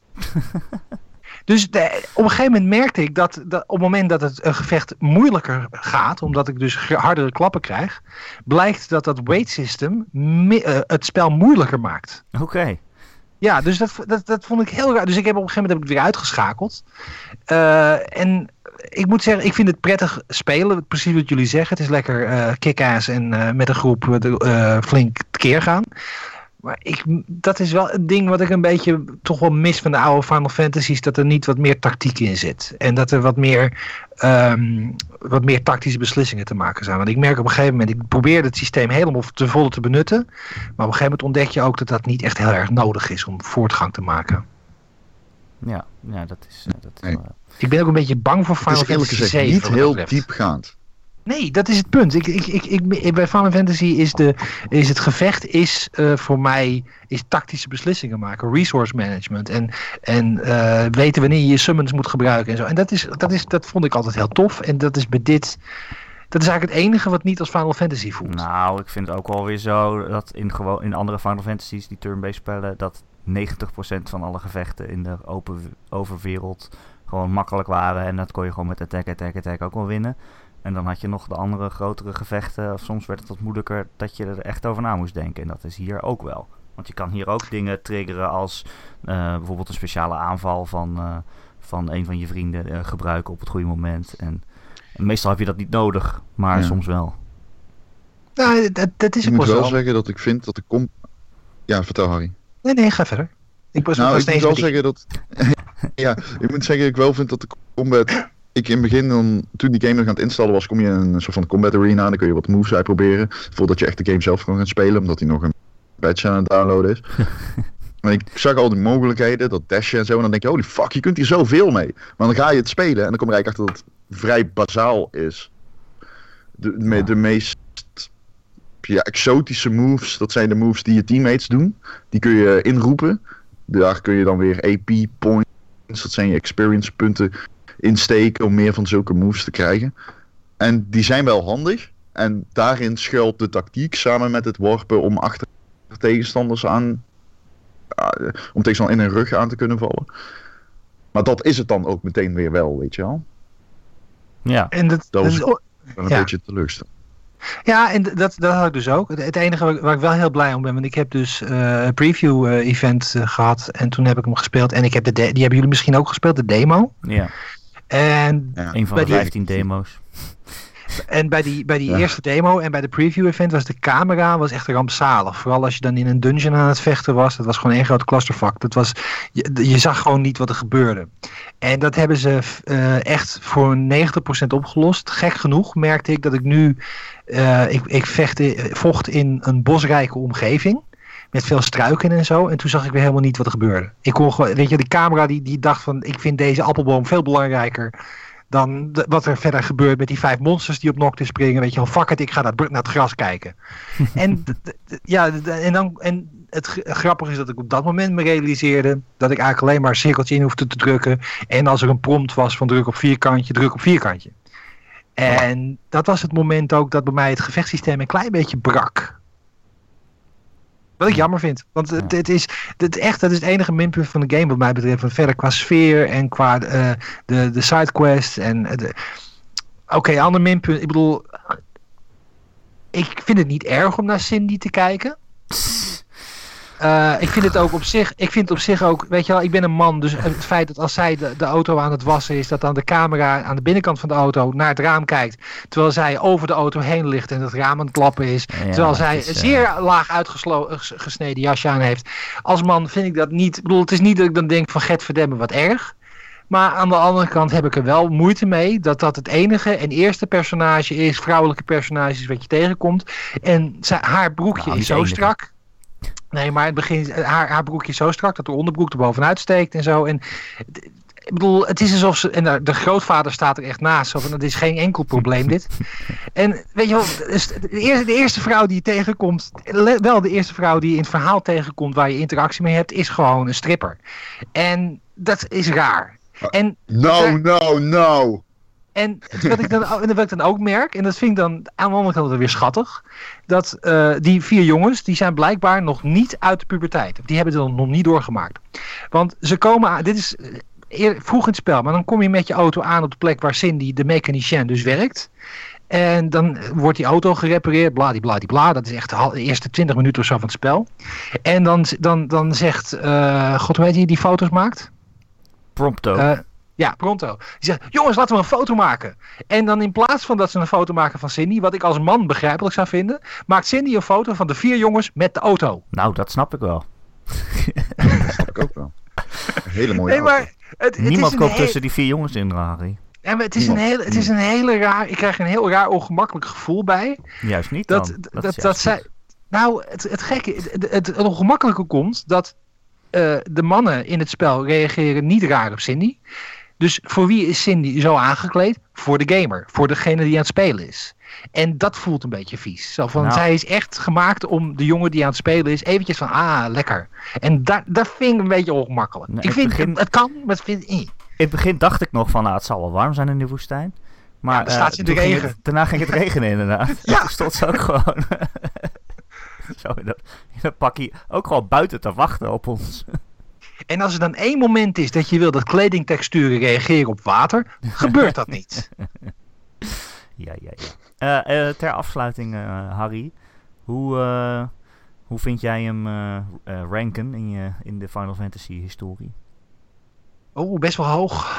Dus op een gegeven moment merkte ik dat op het moment dat het gevecht moeilijker gaat, omdat ik dus hardere klappen krijg, blijkt dat wait system het spel moeilijker maakt. Oké. Ja, dus dat vond ik heel raar. Dus ik heb op een gegeven moment heb ik het weer uitgeschakeld. En ik moet zeggen, ik vind het prettig spelen. Precies wat jullie zeggen. Het is lekker kick-ass en met een groep flink tekeer gaan. Maar dat is wel een ding wat ik een beetje toch wel mis van de oude Final Fantasies. Dat er niet wat meer tactiek in zit. En dat er wat meer tactische beslissingen te maken zijn. Want ik merk op een gegeven moment, ik probeerde het systeem helemaal te volle te benutten. Maar op een gegeven moment ontdek je ook dat dat niet echt heel erg nodig is om voortgang te maken. Ja, dat is nee. Ik ben ook een beetje bang voor Final Fantasy 7. Niet heel diepgaand. Nee, dat is het punt. Bij Final Fantasy is het gevecht voor mij tactische beslissingen maken, resource management en weten wanneer je je summons moet gebruiken en zo. En dat vond ik altijd heel tof. En dat is bij dit. Dat is eigenlijk het enige wat niet als Final Fantasy voelt. Nou, ik vind het ook wel weer zo dat in andere Final Fantasies, die turn-based spellen, dat 90% van alle gevechten in de open wereld gewoon makkelijk waren. En dat kon je gewoon met attack ook wel winnen. En dan had je nog de andere grotere gevechten, of soms werd het wat moeilijker, dat je er echt over na moest denken. En dat is hier ook wel. Want je kan hier ook dingen triggeren als bijvoorbeeld een speciale aanval van een van je vrienden gebruiken op het goede moment. En meestal heb je dat niet nodig, maar soms wel. Nou, dat is ook wel. Ik moet wel zo. zeggen dat ik vind dat de Ja, vertel Harry. Nee, ga verder. Ik moet wel zeggen dat... Ja, ik moet zeggen dat ik wel vind dat de combat ik in het begin, toen die game nog aan het installen was, kom je in een soort van combat arena. Dan kun je wat moves uitproberen. Voordat je echt de game zelf kan gaan spelen. Omdat hij nog een patch aan het downloaden is. En ik zag al die mogelijkheden, dat dashen en zo. En dan denk je, holy fuck, je kunt hier zoveel mee. Maar dan ga je het spelen en dan kom je eigenlijk achter dat het vrij bazaal is. De meest exotische moves, dat zijn de moves die je teammates doen. Die kun je inroepen. Daar kun je dan weer AP points, dat zijn je experience punten, insteken om meer van zulke moves te krijgen. En die zijn wel handig. En daarin schuilt de tactiek samen met het worpen om achter tegenstanders aan... om tegenstander in hun rug aan te kunnen vallen. Maar dat is het dan ook meteen weer wel, weet je wel. Ja. En dat was wel een beetje teleurstellend. Ja, en dat had ik dus ook. Het enige waar ik wel heel blij om ben, want ik heb dus een preview event gehad en toen heb ik hem gespeeld en ik heb die hebben jullie misschien ook gespeeld, de demo. Ja. En een van de 15 demo's. En bij die eerste demo en bij de preview event was de camera echt rampzalig. Vooral als je dan in een dungeon aan het vechten was. Dat was gewoon één grote clusterfuck. Je zag gewoon niet wat er gebeurde. En dat hebben ze echt voor 90% opgelost. Gek genoeg merkte ik dat ik nu... ik vocht in een bosrijke omgeving. Met veel struiken en zo. En toen zag ik weer helemaal niet wat er gebeurde. Ik kon gewoon, weet je, de camera die dacht van... Ik vind deze appelboom veel belangrijker... dan wat er verder gebeurt met die 5 monsters die op Noctis springen. Weet je wel, fuck it, ik ga naar het gras kijken. En het grappige is dat ik op dat moment me realiseerde... dat ik eigenlijk alleen maar een cirkeltje in hoefde te drukken. En als er een prompt was van druk op vierkantje. En dat was het moment ook dat bij mij het gevechtssysteem een klein beetje brak. Wat ik jammer vind. Want dat is het enige minpunt van de game wat mij betreft. Want verder qua sfeer en qua de sidequest. Oké, ander minpunt. Ik bedoel, ik vind het niet erg om naar Cindy te kijken. Ik vind het op zich ook, weet je wel, ik ben een man, dus het feit dat als zij de auto aan het wassen is, dat dan de camera aan de binnenkant van de auto naar het raam kijkt, terwijl zij over de auto heen ligt en het raam aan het klappen is, terwijl zij een zeer laag uitgesneden jasje aan heeft. Als man vind ik dat niet, ik bedoel, het is niet dat ik dan denk van Gadverdamme wat erg, maar aan de andere kant heb ik er wel moeite mee dat het enige en eerste personage is, vrouwelijke personage is wat je tegenkomt en haar broekje is zo strak. Nee, maar het begin, haar broekje is zo strak dat de onderbroek er bovenuit steekt en zo. En ik bedoel, het is alsof ze... En de grootvader staat er echt naast. Zo van, dat is geen enkel probleem dit. En weet je wel, de eerste vrouw die je tegenkomt... Wel de eerste vrouw die je in het verhaal tegenkomt waar je interactie mee hebt... is gewoon een stripper. En dat is raar. En No. En wat ik dan ook merk, en dat vind ik dan aan de andere kant weer schattig, dat die 4 jongens, die zijn blijkbaar nog niet uit de puberteit. Die hebben het nog niet doorgemaakt. Want ze komen aan, dit is vroeg in het spel, maar dan kom je met je auto aan op de plek waar Cindy, de mechanicien, dus werkt. En dan wordt die auto gerepareerd, bladibladibla. Dat is echt de eerste 20 minuten of zo van het spel. En dan zegt, god hoe heet hij die foto's maakt? Prompto. Ja, Pronto. Die zegt, jongens, laten we een foto maken. En dan in plaats van dat ze een foto maken van Cindy, wat ik als man begrijpelijk zou vinden, maakt Cindy een foto van de 4 jongens met de auto. Nou, dat snap ik wel. Dat snap ik ook wel. Een hele mooie auto. Maar niemand komt tussen die 4 jongens in, Harry. Ja, maar het is een hele raar... Ik krijg een heel raar ongemakkelijk gevoel bij. Juist niet dan. Dat zij... Nou, het gekke... Het ongemakkelijke komt dat de mannen in het spel reageren niet raar op Cindy. Dus voor wie is Cindy zo aangekleed? Voor de gamer. Voor degene die aan het spelen is. En dat voelt een beetje vies. Zo van, zij is echt gemaakt om de jongen die aan het spelen is eventjes van, lekker. En dat vind ik een beetje ongemakkelijk. Nee, ik vind, het kan, maar het vind ik niet. In het begin dacht ik nog van, het zal wel warm zijn in de woestijn. Maar dan staat ze in de regen. Daarna ging het regenen inderdaad. Ja. Stond ze ook gewoon zo in dat pakje ook gewoon buiten te wachten op ons. En als er dan één moment is dat je wil dat kledingtexturen reageren op water, gebeurt dat niet. Ja. Ter afsluiting, Harry. Hoe vind jij hem ranken in de Final Fantasy historie? Oh, best wel hoog.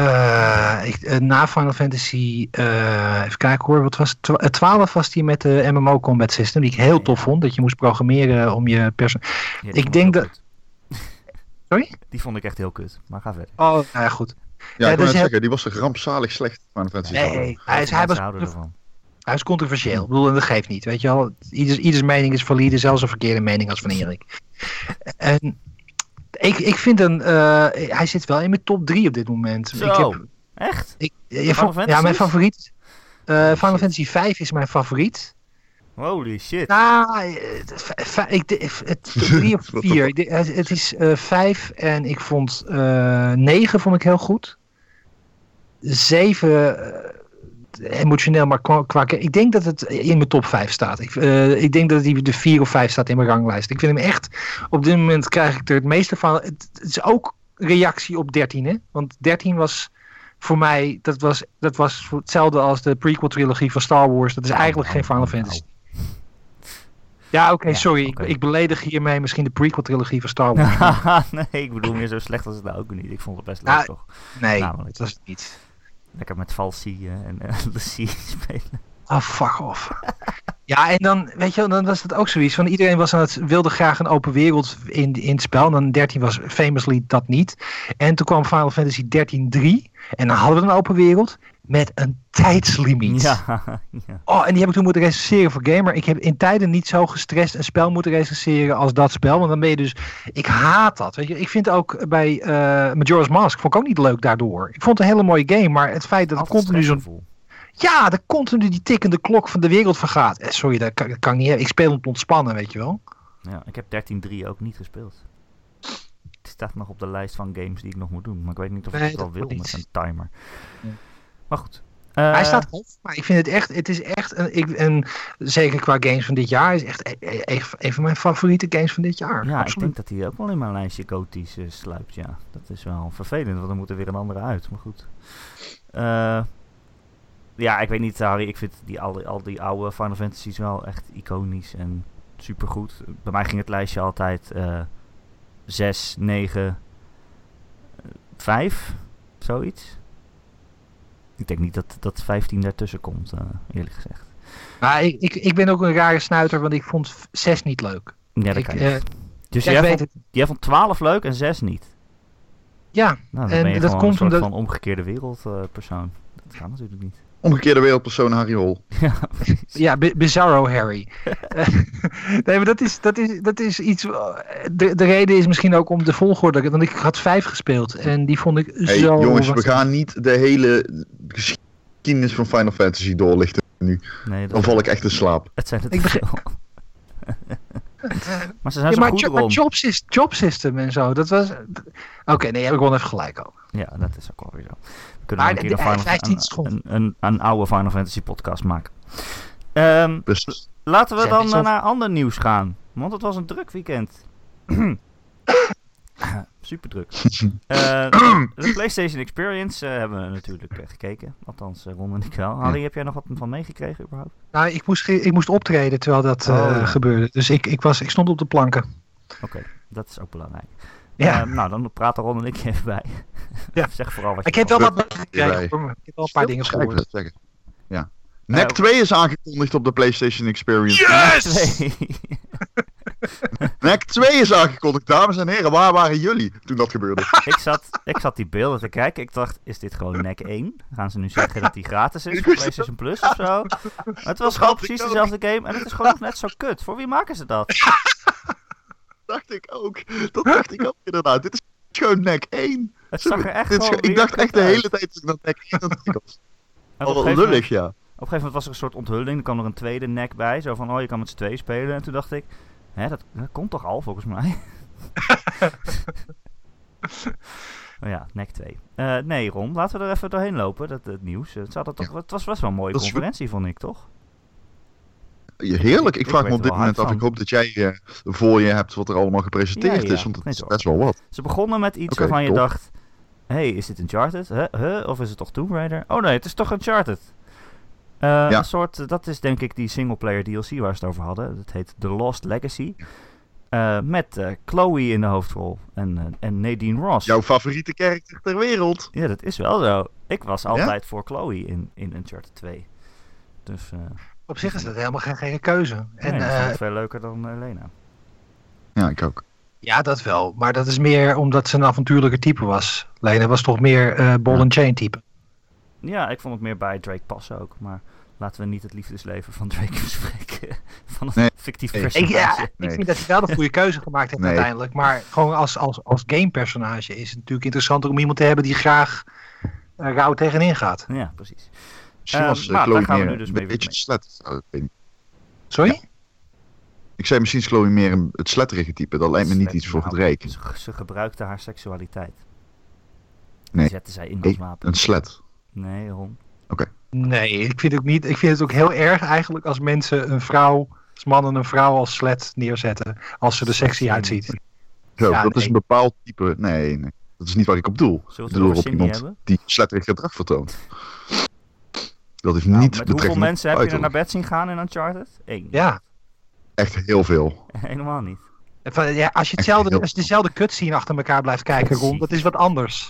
Na Final Fantasy, even kijken hoor, wat was het? 12 was die met de MMO Combat System, die ik heel tof vond. Dat je moest programmeren om je ik denk dat... Sorry? Die vond ik echt heel kut. Maar ga verder. Oh, nou ja, goed. Ja, ik dat wil net is zeggen, die was rampzalig slecht. Final Fantasy Nee, Mensen houden ervan. hij is controversieel. Ik bedoel, en dat geeft niet. Weet je wel, ieders mening is valide, zelfs een verkeerde mening als van Erik. En ik vind hij zit wel in mijn top 3 op dit moment. Zo, echt? Mijn favoriet. Final Fantasy 5 is mijn favoriet. Holy shit. Nou, 3 of 4. Het is 5 en ik vond 9 vond ik heel goed. 7 emotioneel, maar ik denk dat het in mijn top 5 staat. Ik denk dat hij de 4 of 5 staat in mijn ranglijst. Ik vind hem echt, op dit moment krijg ik er het meeste van. Het is ook reactie op 13, hè? Want 13 was voor mij, dat was hetzelfde als de prequel trilogie van Star Wars. Dat is eigenlijk geen Final Fantasy. Ja, oké, sorry. Okay. Ik beledig hiermee misschien de prequel-trilogie van Star Wars. Nee, ik bedoel meer zo slecht als het nou ook niet. Ik vond het best leuk, toch? Nee, dat was het niet. Lekker met Valsi en Lucie spelen. Oh, fuck off. Ja, en dan, weet je, dan was het ook zoiets van iedereen wilde graag een open wereld in het spel. En dan 13 was famously dat niet. En toen kwam Final Fantasy 13-3. En dan hadden we een open wereld met een tijdslimiet. Ja. Oh, en die heb ik toen moeten recenseren voor Gamer. Ik heb in tijden niet zo gestrest een spel moeten recenseren als dat spel. Want dan ben je dus... Ik haat dat. Weet je? Ik vind ook bij Majora's Mask vond ik ook niet leuk daardoor. Ik vond het een hele mooie game, maar het feit dat het continu zo'n... Ja, dat continu die tikkende klok van de wereld vergaat. Sorry, dat kan ik niet hebben. Ik speel om te ontspannen, weet je wel. Ja, ik heb 13-3 ook niet gespeeld. Het staat nog op de lijst van games die ik nog moet doen. Maar ik weet niet of ik het wel wil met een timer. Ja. Maar goed. Hij staat hoog, maar ik vind het is echt, zeker qua games van dit jaar, is echt een van mijn favoriete games van dit jaar. Ja, absoluut. Ik denk dat hij ook wel in mijn lijstje goties sluipt, ja. Dat is wel vervelend, want dan moet er weer een andere uit, maar goed. Ja, ik weet niet, Harry, ik vind al die oude Final Fantasies wel echt iconisch en supergoed. Bij mij ging het lijstje altijd 6, 9, 5, zoiets. Ik denk niet dat 15 daartussen komt, eerlijk gezegd. Maar ik ben ook een rare snuiter, want ik vond 6 niet leuk. Ja, dat kan je. Dus jij vond 12 leuk en 6 niet? Ja. Nou, dan ben je dat gewoon komt een soort van omgekeerde wereldpersoon. Dat gaat natuurlijk niet. Omgekeerde wereldpersoon Harry Hol. Ja, Bizarro Harry. Nee, maar dat is iets... De reden is misschien ook om de volgorde. Want ik had 5 gespeeld. En die vond ik zo... Jongens, we gaan niet de hele geschiedenis van Final Fantasy doorlichten nu. Nee, dan val ik echt in slaap. Het zijn het veel. Maar ze zijn zo goed erom. Job system en zo. Dat was... Oké, nee, heb ik gewoon even gelijk over. Ja, dat is ook alweer zo. We kunnen een oude Final Fantasy podcast maken. Laten we dan naar ander nieuws gaan. Want het was een druk weekend. Super druk. De PlayStation Experience hebben we natuurlijk gekeken. Althans, Ron en ik wel. Harry, heb jij nog wat van meegekregen überhaupt? Nou, ik moest optreden terwijl dat gebeurde. Dus ik stond op de planken. Oké, dat is ook belangrijk. Ja. Nou, dan praten Ron en ik even bij. Ja. Zeg vooral wat je ik heb wel wat meegekregen. Ik heb wel een paar dingen gehoord. Ja. NEC 2 is aangekondigd op de PlayStation Experience. Yes! NEC 2 is aangekondigd, dames en heren. Waar waren jullie toen dat gebeurde? Ik zat die beelden te kijken. Ik dacht, is dit gewoon NEC 1? Gaan ze nu zeggen dat die gratis is voor PlayStation Plus of zo? Maar het was gewoon precies dezelfde game. En het is gewoon nog net zo kut. Voor wie maken ze dat? Dat dacht ik ook inderdaad. Dit is gewoon NEC 1. Het zag er echt gewoon ik dacht echt de hele tijd dat ik dat NEC 1 was. Al lullig, ja. Op een gegeven moment was er een soort onthulling. Er kwam er een tweede NEC bij. Zo van, je kan met z'n 2 spelen. En toen dacht ik, dat komt toch al volgens mij? Oh ja, NEC 2. Nee, Ron, laten we er even doorheen lopen. Het nieuws. Het was best wel een mooie conferentie, vond ik, toch? Heerlijk. Ik vraag me op dit moment af. Ik hoop dat jij voor je hebt wat er allemaal gepresenteerd is. Want het is best wel wat. Ze begonnen met iets waarvan je dacht... Is dit Uncharted? Of is het toch Tomb Raider? Oh nee, het is toch Uncharted. Een soort... Dat is denk ik die singleplayer DLC waar ze het over hadden. Dat heet The Lost Legacy. Met Chloe in de hoofdrol. En Nadine Ross. Jouw favoriete karakter ter wereld. Ja, dat is wel zo. Ik was altijd voor Chloe in Uncharted 2. Dus... Op zich is dat helemaal geen keuze. Nee, dat is veel leuker dan Lena. Ja, ik ook. Ja, dat wel. Maar dat is meer omdat ze een avontuurlijke type was. Alleen hij was toch meer ball and chain type. Ja, ik vond het meer bij Drake passen ook. Maar laten we niet het liefdesleven van Drake bespreken. Van een fictief personage. Ik vind dat hij wel de goede keuze gemaakt heeft uiteindelijk. Maar gewoon als gamepersonage is het natuurlijk interessanter om iemand te hebben die graag rauw tegenin gaat. Ja, precies. Misschien was Chloe meer een beetje slet. Sorry? Ja. Ik zei misschien is Chloe meer het sletterige type. Dat lijkt me niet iets voor Drake. Ze gebruikte haar seksualiteit. Nee. Die zette zij in als wapen. Een slet. Nee, Ron. Oké. Nee, ik vind het ook niet. Ik vind het ook heel erg eigenlijk als mensen als mannen een vrouw als slet neerzetten. Als ze er sexy uitziet. Zo, dat is een bepaald type. Nee. Dat is niet waar ik op doel. Ik bedoel op iemand die sletterig gedrag vertoont. Dat is niet met hoeveel mensen heb je er naar bed zien gaan in Uncharted? 1. Ja. Echt heel veel. Helemaal niet. Ja, als je dezelfde cutscene achter elkaar blijft kijken, Ron, dat is wat anders.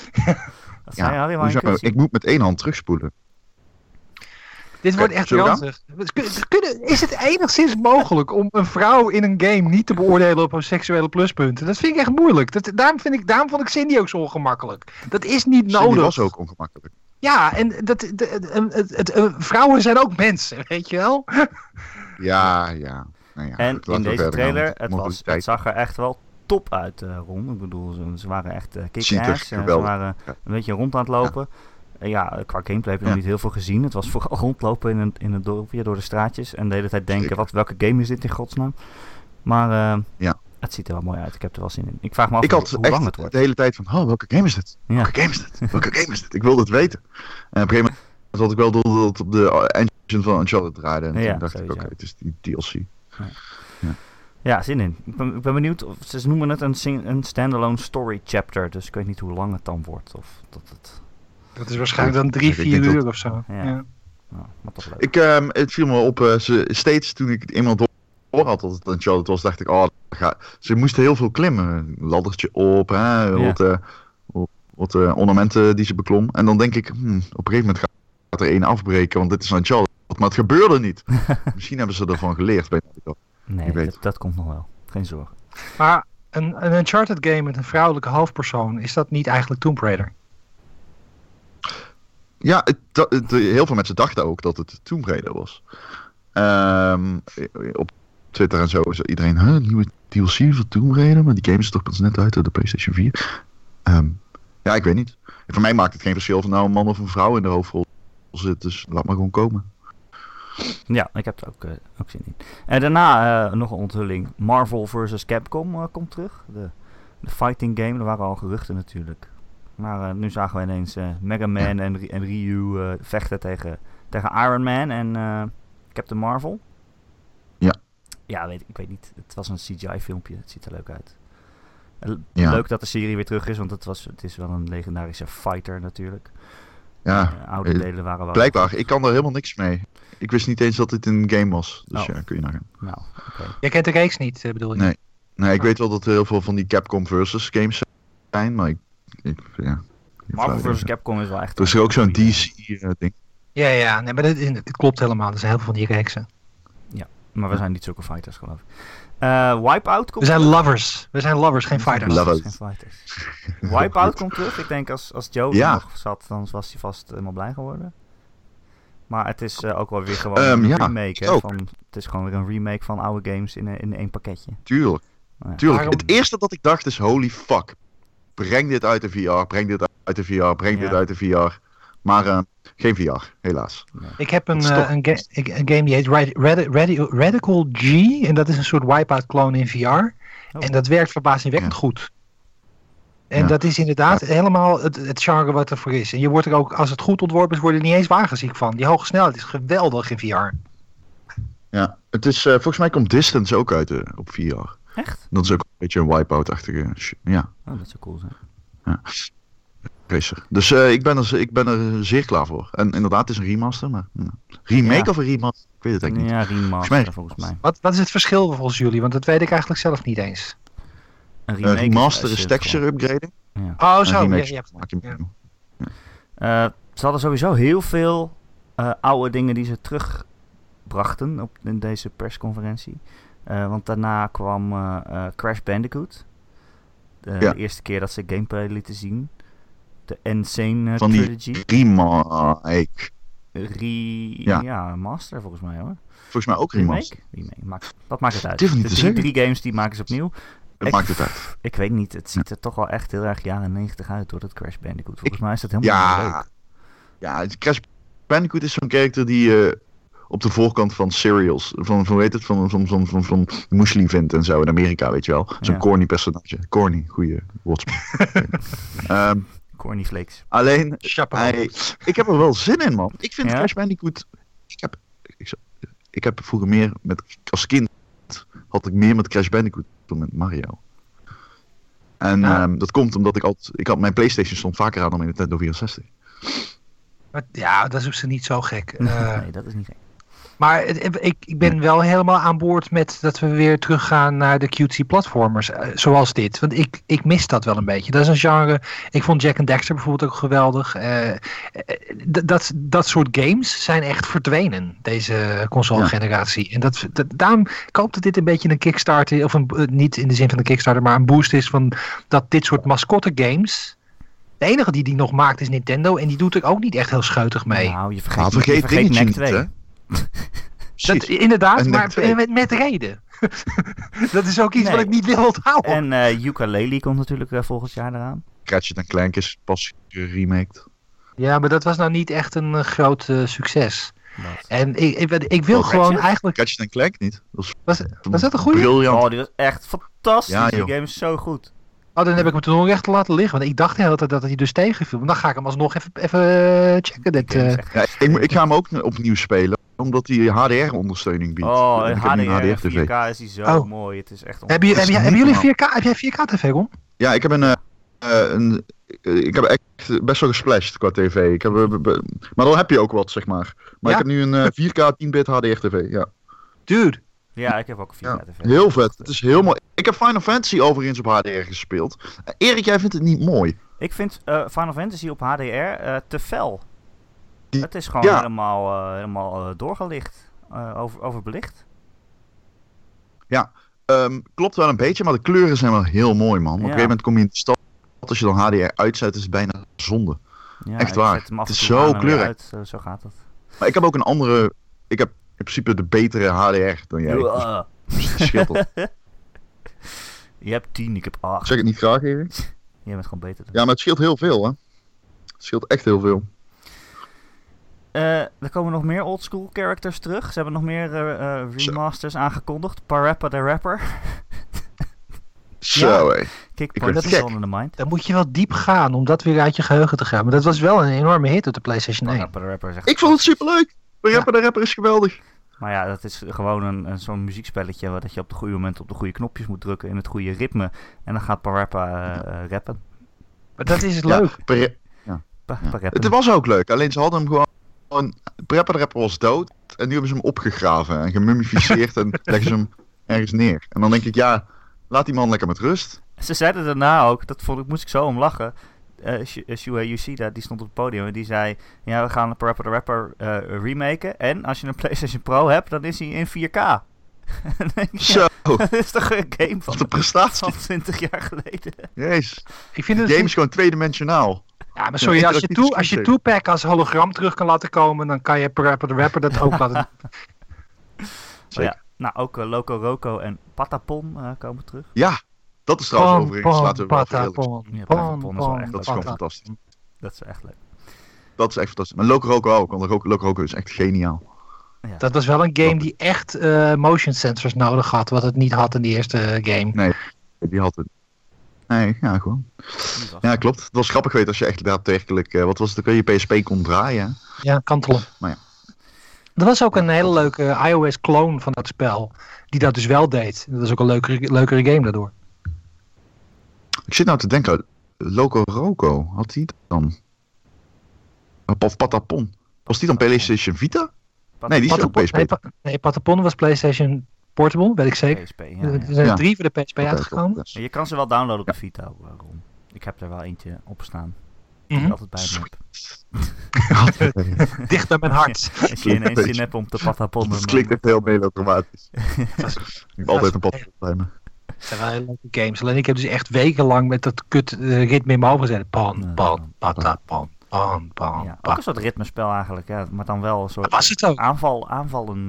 Ik moet met 1 hand terugspoelen. Dit wordt echt ranzig. Is het enigszins mogelijk om een vrouw in een game niet te beoordelen op haar seksuele pluspunten? Dat vind ik echt moeilijk. Daarom vond ik Cindy ook zo ongemakkelijk. Dat is niet nodig. Cindy was ook ongemakkelijk. Ja, en vrouwen zijn ook mensen, weet je wel? Ja. Nou ja, en in deze trailer, het zag er echt wel top uit, Ron. Ik bedoel, ze waren echt kick-ass. Ze waren een beetje rond aan het lopen. Ja, qua gameplay heb je nog niet heel veel gezien. Het was vooral rondlopen in het dorpje door de straatjes. En de hele tijd denken, welke game is dit in godsnaam? Maar het ziet er wel mooi uit. Ik heb er wel zin in. Ik vraag me af hoe lang het wordt. De hele tijd van, welke game is dit? Ja. Welke game is dit? Welke game is dit? Ik wilde het weten. En op een gegeven moment had ik wel door dat het op de engine van Uncharted draaide. En toen dacht ik, oké, het is die DLC. Ja, zin in. Ik ben benieuwd. Ze noemen het een standalone story chapter. Dus ik weet niet hoe lang het dan wordt. Of dat is waarschijnlijk dan 3-4 uur of zo. Ja. Nou, maar toch leuk. Het viel me op, steeds toen ik iemand door had dat het Uncharted was, dacht ik, ze moesten heel veel klimmen. Een laddertje op, wat ornamenten die ze beklom. En dan denk ik, op een gegeven moment gaat er één afbreken, want dit is Uncharted. Maar het gebeurde niet. Misschien hebben ze ervan geleerd. Nee, dat komt nog wel. Geen zorgen. Maar een Uncharted game met een vrouwelijke hoofdpersoon, is dat niet eigenlijk Tomb Raider? Ja, heel veel mensen dachten ook dat het Tomb Raider was. Op Twitter en zo is iedereen, nieuwe DLC voor Tomb Raider, maar die game is toch pas net uit de PlayStation 4. Ja, ik weet niet. Voor mij maakt het geen verschil of nou een man of een vrouw in de hoofdrol zit, dus laat maar gewoon komen. Ja, ik heb er ook zin in. En daarna nog een onthulling. Marvel vs. Capcom komt terug. De fighting game, er waren al geruchten natuurlijk. Maar nu zagen we ineens Mega Man en Ryu vechten tegen Iron Man en Captain Marvel. Ja. Ja, ik weet niet. Het was een CGI filmpje. Het ziet er leuk uit. Leuk dat de serie weer terug is, want het is wel een legendarische fighter natuurlijk. Ja, oude delen waren wel... Blijkbaar, ik kan er helemaal niks mee. Ik wist niet eens dat dit een game was. Dus kun je nagaan. Nou, okay. Jij kent de reeks niet, bedoel je? Nee, ik weet wel dat er heel veel van die Capcom versus games zijn, maar Marvel vs. Capcom is wel echt... Er is ook zo'n DC-ding. Ja, nee, maar het klopt helemaal. Er zijn heel veel van die reeksen. Ja, maar we zijn niet zulke fighters, geloof ik. Wipeout komt We zijn lovers. We zijn lovers, geen fighters. Geen fighters. Wipeout komt terug. Ik denk als Joe er nog zat, dan was hij vast helemaal blij geworden. Maar het is ook wel weer gewoon een remake. Hè, het is gewoon weer een remake van oude games in één pakketje. Tuurlijk. Tuurlijk. Het eerste dat ik dacht is, holy fuck. Breng dit uit de VR, breng dit uit de VR, breng dit uit de VR. Maar geen VR, helaas. Nee. Ik heb een game die heet Radical G. En dat is een soort Wipeout clone in VR. En dat werkt verbazingwekkend goed. En dat is inderdaad helemaal het genre wat er voor is. En je wordt er ook, als het goed ontworpen is, word je er niet eens wagenziek van. Die hoge snelheid is geweldig in VR. Ja, het is, volgens mij komt Distance ook uit op VR. Echt? Dat is ook een beetje een Wipeout-achtige ja. Oh, dat zou cool zijn. Ja. Racer. Dus ik ben er zeer klaar voor. En inderdaad, het is een remaster, maar... Remake of een remaster? Ik weet het eigenlijk niet. Ja, remaster volgens mij. Wat is het verschil volgens jullie? Want dat weet ik eigenlijk zelf niet eens. Een remaster is texture upgrading. Ja. Oh, zo. Ze hadden sowieso heel veel oude dingen die ze terugbrachten in deze persconferentie. Want daarna kwam Crash Bandicoot. De eerste keer dat ze gameplay lieten zien. De Insane van Trilogy. Die remake. Master volgens mij hoor. Volgens mij ook remaster. Dat maakt het uit. Het is niet te zeggen. 3 games die maken ze opnieuw. Maakt het uit. Ik weet niet, het ziet er toch wel echt heel erg jaren 90 uit door dat Crash Bandicoot. Volgens mij is dat helemaal niet leuk. Ja, Crash Bandicoot is zo'n karakter die op de voorkant van cereals, van muesli vindt en zo in Amerika, weet je wel. Zo'n corny personage. Corny, goeie woordspeling. Corny flakes. Alleen, ik heb er wel zin in, man. Ik vind Crash Bandicoot... Ik heb vroeger meer als kind had ik meer met Crash Bandicoot dan met Mario. En dat komt omdat mijn PlayStation stond vaker aan dan mijn Nintendo 64. Ja, dat is op zich niet zo gek. Nee, dat is niet gek. Maar ik ben wel helemaal aan boord met dat we weer teruggaan naar de cutesy platformers. Zoals dit. Want ik mis dat wel een beetje. Dat is een genre. Ik vond Jak and Daxter bijvoorbeeld ook geweldig. Dat soort games zijn echt verdwenen. Deze console generatie. En daarom ik hoop dat dit een beetje een Kickstarter. Of niet in de zin van een Kickstarter. Maar een boost is van dat dit soort mascotte games. De enige die nog maakt is Nintendo. En die doet er ook niet echt heel scheutig mee. Nou, je vergeet NEC 2. Inderdaad, maar met reden. Dat is ook iets wat ik niet wil onthouden. En Yooka-Laylee komt natuurlijk volgend jaar eraan. Ratchet & Clank is pas geremaked. Ja, maar dat was nou niet echt een groot succes. En ik wil gewoon eigenlijk... Ratchet & Clank niet. Was dat een goeie? Briljant. Oh, die was echt fantastisch. Ja, die game is zo goed. Oh, dan heb ik hem toen nog recht laten liggen. Want ik dacht de hele tijd dat hij dus tegenviel. Maar dan ga ik hem alsnog even checken. Ik ga hem ook opnieuw spelen. Omdat hij HDR-ondersteuning biedt. Oh, in HDR 4K is hij zo mooi. Het is echt hebben jullie 4K? Heb jij 4K-tv, Ron? Ja, ik heb ik heb echt best wel gesplashed qua tv. Maar dan heb je ook wat, zeg maar. Maar ik heb nu een 4K 10-bit HDR-tv, ja. Dude. Ja, ik heb ook een 4K-tv. Heel vet. Het is heel mooi. Ik heb Final Fantasy overigens op HDR gespeeld. Erik, jij vindt het niet mooi? Ik vind Final Fantasy op HDR te fel. Het is gewoon helemaal doorgelicht, overbelicht. Ja, klopt wel een beetje, maar de kleuren zijn wel heel mooi, man. Op een gegeven moment kom je in de stad, als je dan HDR uitzet, is het bijna zonde. Ja, echt waar. Het is zo kleurig. Zo gaat het. Maar ik heb ook een andere... Ik heb in principe de betere HDR dan jij. Dus het scheelt op. Je hebt 10, ik heb 8. Zeg het niet graag, Erik? Jij bent gewoon beter. Ja, maar het scheelt heel veel, hè. Het scheelt echt heel veel. Er komen nog meer oldschool characters terug. Ze hebben nog meer remasters aangekondigd. Parappa the Rapper. Zo, hé. Kickpoint is on in the mind. Dan moet je wel diep gaan om dat weer uit je geheugen te gaan. Maar dat was wel een enorme hit op de PlayStation 1. Parappa the Rapper is echt ik vond het superleuk. Parappa the Rapper is geweldig. Maar ja, dat is gewoon zo'n muziekspelletje waar dat je op de goede moment op de goede knopjes moet drukken in het goede ritme. En dan gaat Parappa rappen. Maar dat is leuk. Het was ook leuk, alleen ze hadden hem gewoon... Parappa the Rapper was dood en nu hebben ze hem opgegraven en gemummificeerd en leggen ze hem ergens neer. En dan denk ik, ja, laat die man lekker met rust. Ze zeiden daarna ook, moest ik zo om lachen. Shuhei Yoshida, die stond op het podium en die zei... Ja, we gaan Parappa the Rapper remaken. En als je een PlayStation Pro hebt, dan is hij in 4K. Zo. Dat is toch een game van... Wat een prestatie. Van 20 jaar geleden. Jezus. Ik vind het game is gewoon tweedimensionaal. Ja, maar sorry, als je Tupac als hologram terug kan laten komen, dan kan je Parappa the Rapper dat ook laten doen. Ja, nou, ook Loco Roco en Patapon komen terug. Ja, dat is trouwens overigens, laten we wel Patapon. Ja, Patapon is wel echt dat is gewoon fantastisch. Dat is echt leuk. Dat is echt fantastisch. Maar Loco Roco ook, want Loco Roco is echt geniaal. Ja. Dat was wel een game die echt motion sensors nodig had, wat het niet had in die eerste game. Nee, die had het. Nee, ja, gewoon. Ja, klopt. Het was grappig geweest als je echt daadwerkelijk... wat was het? Kun je PSP kon draaien. Ja, kantelen. Maar ja. Er was ook een hele leuke iOS-clone van dat spel, die dat dus wel deed. Dat was ook een leukere game daardoor. Ik zit nou te denken, Loco Roco, had die dan? Of Patapon. Was die dan PlayStation Vita? Nee, die is ook PSP. Nee, Patapon was PlayStation Portable, weet ik zeker. PSP, er zijn 3 voor de PSP uitgekomen. Je kan ze wel downloaden op de Vita, Ron. Ik heb er wel eentje op staan. Die ik altijd bij me heb. Dicht bij mijn hart. Als je ineens zin hebt om te pataponnen. Het klinkt echt heel melodramatisch. Ik heb altijd een patapon bij me. Het zijn wel hele leuke games. Alleen ik heb dus echt wekenlang met dat kut ritme in mijn hoofd gezet. Pan, patapon. Ja, ook een soort ritmespel eigenlijk, ja, maar dan wel een soort was het ook? aanvallen.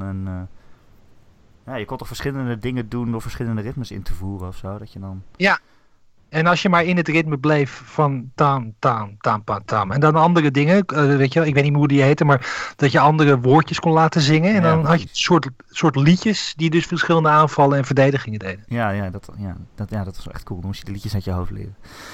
Ja, je kon toch verschillende dingen doen door verschillende ritmes in te voeren of zo, dat je dan... Ja, en als je maar in het ritme bleef van tam, tam. En dan andere dingen, weet je wel, ik weet niet meer hoe die heten, maar dat je andere woordjes kon laten zingen. En dan had je een soort liedjes die dus verschillende aanvallen en verdedigingen deden. Ja, dat was wel echt cool. Dan moest je de liedjes uit je hoofd leren.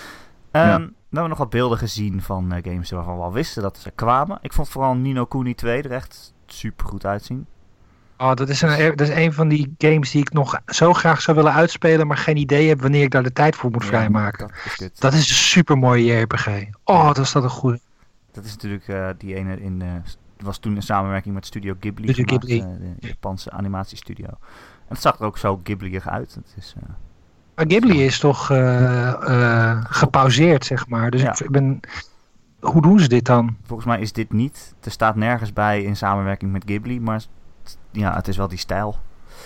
We hebben nog wat beelden gezien van games waarvan we al wisten dat ze kwamen. Ik vond vooral Ni no Kuni 2 er echt super goed uitzien. Oh, dat is een van die games die ik nog zo graag zou willen uitspelen, maar geen idee heb wanneer ik daar de tijd voor moet vrijmaken. Dat is een super mooie JRPG. Oh, dat is dat een goede. Dat is natuurlijk die ene was toen in samenwerking met Studio Ghibli. De Japanse animatiestudio. En het zag er ook zo Ghibli-ig uit. Het is... Maar Ghibli is toch gepauzeerd, zeg maar. Dus ik ben... Hoe doen ze dit dan? Volgens mij is dit niet. Er staat nergens bij in samenwerking met Ghibli, maar ja, het is wel die stijl.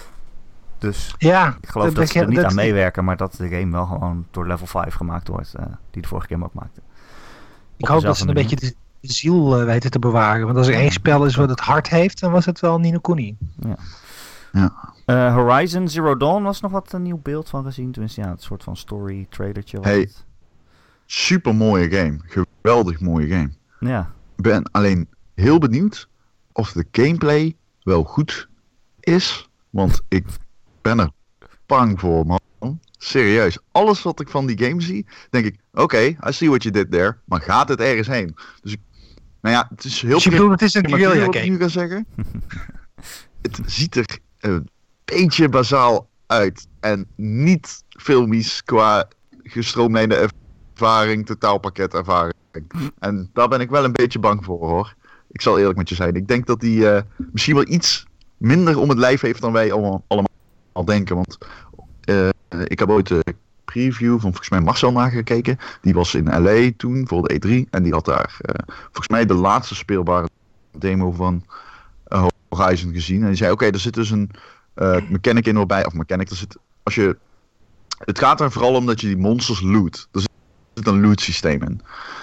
Dus ik geloof dat ze er niet aan meewerken, maar dat de game wel gewoon door Level 5 gemaakt wordt, die de vorige game ook maakte. Ik hoop dat ze een beetje de ziel weten te bewaren. Want als er één spel is wat het hart heeft, dan was het wel Ni no Kuni. Ja. Horizon Zero Dawn was nog wat een nieuw beeld van gezien. Tenminste, ja, het soort van story trailertje. Super mooie game. Geweldig mooie game. Ja. Ik ben alleen heel benieuwd of de gameplay wel goed is. Want ik ben er bang voor, man. Serieus. Alles wat ik van die game zie, denk ik, oké, I see what you did there. Maar gaat het ergens heen? Dus het is heel... het is een guerrilla game. Wat ik nu ga zeggen. Het ziet er een beetje bazaal uit. En niet filmisch qua gestroomlijnde ervaring, totaalpakket ervaring. En daar ben ik wel een beetje bang voor, hoor. Ik zal eerlijk met je zijn. Ik denk dat die misschien wel iets minder om het lijf heeft dan wij allemaal denken. Want ik heb ooit de preview van volgens mij Marcel nagekeken. Die was in LA toen voor de E3. En die had daar volgens mij de laatste speelbare demo van Horizon gezien. En die zei, oké, er zit dus een mechanic in waarbij... Of mechanic, het gaat er vooral om dat je die monsters loot. Er zit een loot systeem in.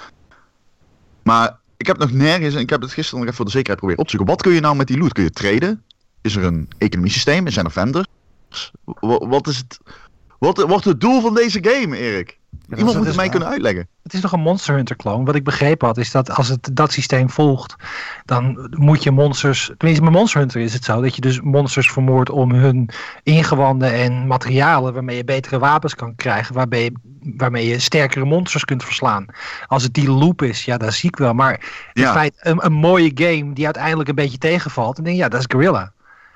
Maar ik heb nog nergens, en ik heb het gisteren nog even voor de zekerheid proberen op te zoeken. Wat kun je nou met die loot? Kun je traden? Is er een economiesysteem? Zijn er vendors? Wat is het? Wat wordt het doel van deze game, Erik? Iemand moet het mij kunnen uitleggen. Het is nog een Monster Hunter clone. Wat ik begrepen had, is dat als het dat systeem volgt, dan moet je monsters... Tenminste, bij Monster Hunter is het zo dat je dus monsters vermoordt om hun ingewanden en materialen waarmee je betere wapens kan krijgen, waarmee je sterkere monsters kunt verslaan. Als het die loop is, ja, dat zie ik wel. Maar in feite een mooie game die uiteindelijk een beetje tegenvalt, dan denk je, ja, dat is Guerrilla.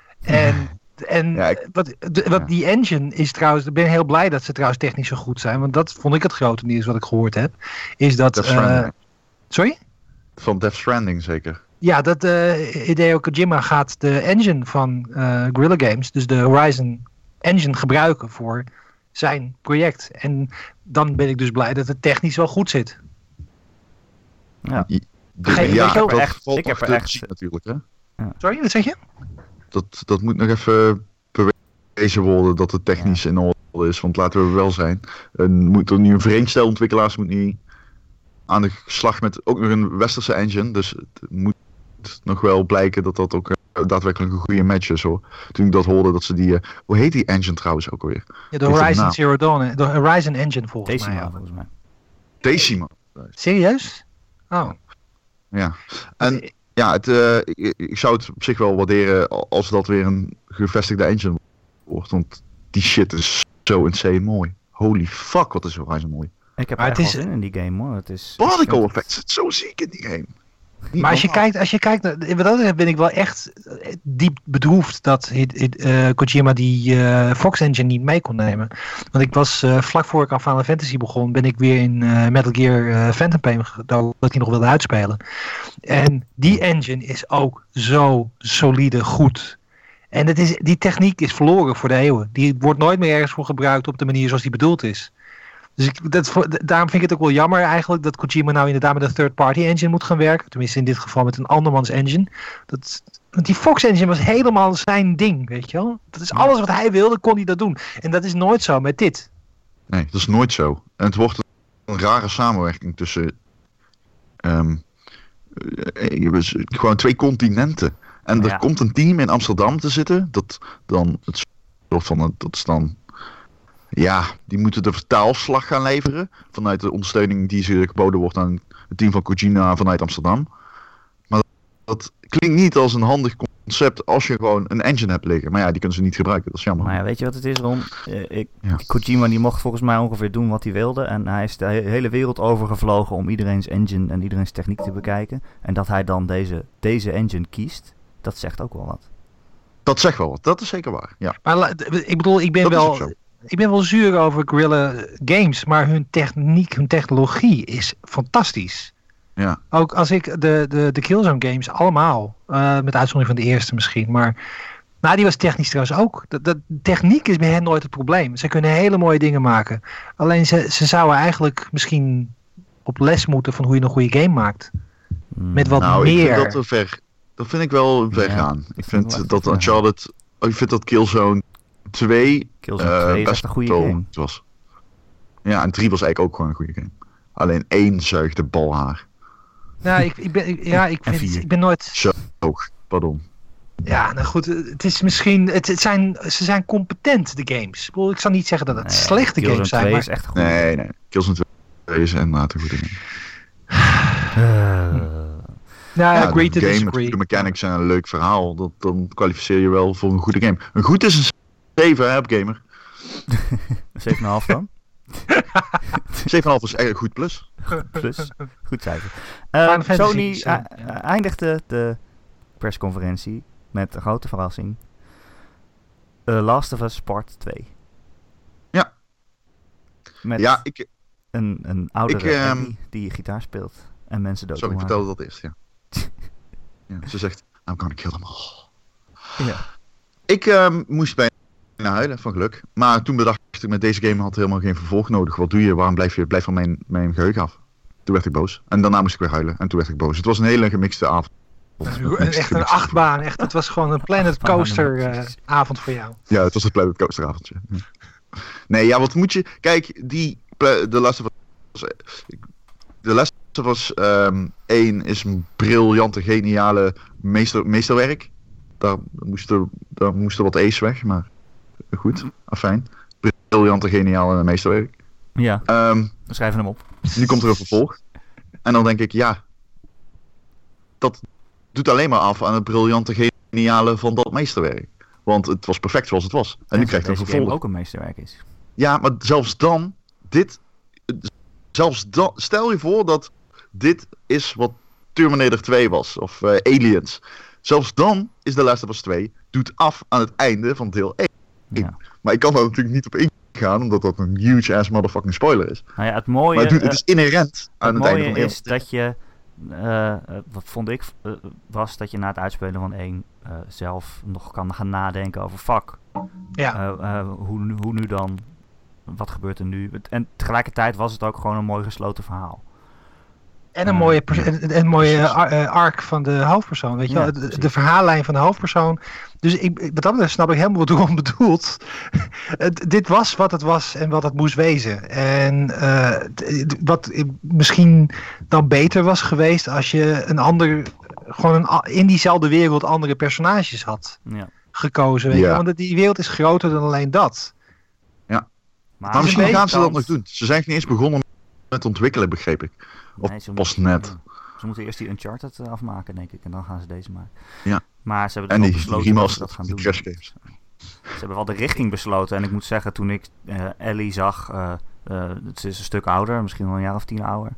Wat die engine is trouwens, ik ben heel blij dat ze trouwens technisch zo goed zijn, want dat vond ik het grote nieuws wat ik gehoord heb, is dat... sorry? Van Death Stranding zeker. Ja, dat Hideo Kojima gaat de engine van Guerrilla Games, dus de Horizon engine, gebruiken voor zijn project. En dan ben ik dus blij dat het technisch wel goed zit. Ja. Ik heb er echt natuurlijk, hè? Ja. Sorry, wat zeg je? Dat moet nog even bewezen worden dat het technisch in orde is. Want laten we wel zijn. Moet er nu een vreemdstelontwikkelaars moet niet aan de slag met ook nog een westerse engine. Dus het moet nog wel blijken dat dat ook daadwerkelijk een goede match is, hoor. Toen ik dat hoorde dat ze die... hoe heet die engine trouwens ook alweer? Ja, de Horizon Zero Dawn. De Horizon engine volgens mij. Decima. Serieus? Oh. Ja. En... Ja, ik zou het op zich wel waarderen als dat weer een gevestigde engine wordt. Want die shit is zo insane mooi. Holy fuck, wat is Horizon mooi. Ik heb er echt wel zin in die game, hoor. Particle effect zit zo ziek in die game. Maar als je kijkt, wat dat betreft ben ik wel echt diep bedroefd dat Kojima die Fox Engine niet mee kon nemen. Want ik was vlak voor ik aan Final Fantasy begon, ben ik weer in Metal Gear Phantom Pain dat ik die nog wilde uitspelen. En die engine is ook zo solide goed. En die techniek is verloren voor de eeuwen. Die wordt nooit meer ergens voor gebruikt op de manier zoals die bedoeld is. Dus daarom vind ik het ook wel jammer eigenlijk dat Kojima nou inderdaad met een third-party engine moet gaan werken. Tenminste in dit geval met een andermans engine. Want die Fox engine was helemaal zijn ding, weet je wel. Dat is alles wat hij wilde, kon hij dat doen. En dat is nooit zo met dit. Nee, dat is nooit zo. En het wordt een rare samenwerking tussen gewoon 2 continenten. En er komt een team in Amsterdam te zitten, dat is dan, die moeten de vertaalslag gaan leveren vanuit de ondersteuning die ze geboden wordt aan het team van Kojima vanuit Amsterdam. Maar dat klinkt niet als een handig concept als je gewoon een engine hebt liggen. Maar ja, die kunnen ze niet gebruiken, dat is jammer. Maar ja, weet je wat het is, Ron? Kojima die mocht volgens mij ongeveer doen wat hij wilde. En hij is de hele wereld overgevlogen om iedereen's engine en iedereen's techniek te bekijken. En dat hij dan deze engine kiest, dat zegt ook wel wat. Dat zegt wel wat, dat is zeker waar. Ja. Maar ik bedoel, ik ben wel zuur over Guerrilla Games, maar hun techniek, hun technologie is fantastisch. Ja. Ook als ik de Killzone games allemaal, met uitzondering van de eerste misschien, maar die was technisch trouwens ook. De techniek is bij hen nooit het probleem. Ze kunnen hele mooie dingen maken. Alleen ze zouden eigenlijk misschien op les moeten van hoe je een goede game maakt. Met wat meer. Ik vind dat vind ik wel ver gaan. Ik vind dat Uncharted, ik vind dat Killzone 2 best een goede game was. Ja, en 3 was eigenlijk ook gewoon een goede game. Alleen 1 zuigde balhaar. Nou, ik ben nooit... Zo, pardon. Ja, nou goed, het is misschien... Ze zijn competent, de games. Ik zal niet zeggen dat het slechte games zijn, maar... Is echt goed. Nee. Killzone 2 is inderdaad een goede game. Agree to game met disagree. goede mechanics en een leuk verhaal, dan kwalificeer je wel voor een goede game. Een goed is een 7, hè, op Gamer. 7,5 dan? 7,5 is eigenlijk een goed plus. Plus, goed cijfer. Sony eindigde de persconferentie met een grote verrassing. Last of Us Part 2. Ja. Met een oudere Ellie die gitaar speelt en mensen dood. Sorry, ik vertelde dat eerst, ja. Ze zegt, I'm gonna kill them all. Ja. Ik moest bijna huilen, van geluk. Maar toen bedacht ik, met deze game had helemaal geen vervolg nodig. Wat doe je? Waarom blijf van mijn geheugen af? Toen werd ik boos. En daarna moest ik weer huilen. En toen werd ik boos. Het was een hele gemixte avond. Echt een achtbaan. Echt, het was gewoon een Planet Coaster avond voor jou. Ja, het was een Planet Coaster avondje. Nee, ja, wat moet je... Kijk, The Last of Us 1 is een briljante, geniale meesterwerk. Daar moesten wat A's weg, maar goed, afijn. Briljante, geniale meesterwerk. Ja, we schrijven hem op. Nu komt er een vervolg. En dan denk ik, dat doet alleen maar af aan het briljante, geniale van dat meesterwerk. Want het was perfect zoals het was. En nu krijgt er een vervolg. Game ook een meesterwerk is. Ja, maar zelfs dan, stel je voor dat dit is wat Terminator 2 was, of Aliens. Zelfs dan is The Last of Us 2 doet af aan het einde van deel 1. Ja. Maar ik kan daar natuurlijk niet op ingaan, omdat dat een huge ass motherfucking spoiler is. Nou ja, het mooie... Maar het is inherent aan het einde van deel 1. Het mooie is dat je... wat vond ik, was dat je na het uitspelen van 1 zelf nog kan gaan nadenken over fuck. Ja. Hoe nu dan? Wat gebeurt er nu? En tegelijkertijd was het ook gewoon een mooi gesloten verhaal. En een mooie arc van de hoofdpersoon, weet je wel? De verhaallijn van de hoofdpersoon. Dus wat dat betreft snap ik helemaal wat Ron bedoelt. Dit was wat het was en wat het moest wezen. En wat misschien dan beter was geweest als je in diezelfde wereld andere personages had gekozen. Weet je? Want die wereld is groter dan alleen dat. Ja. Maar misschien gaan ze dat nog doen. Ze zijn niet eens begonnen met ontwikkelen, begreep ik. Of pas net. Ze moeten eerst die Uncharted afmaken, denk ik. En dan gaan ze deze maken. Ja. Maar ze hebben dus besloten dat ze dat gaan doen. Crash games. Ze hebben wel de richting besloten. En ik moet zeggen, toen ik Ellie zag... het is een stuk ouder. Misschien wel een jaar of 10 ouder.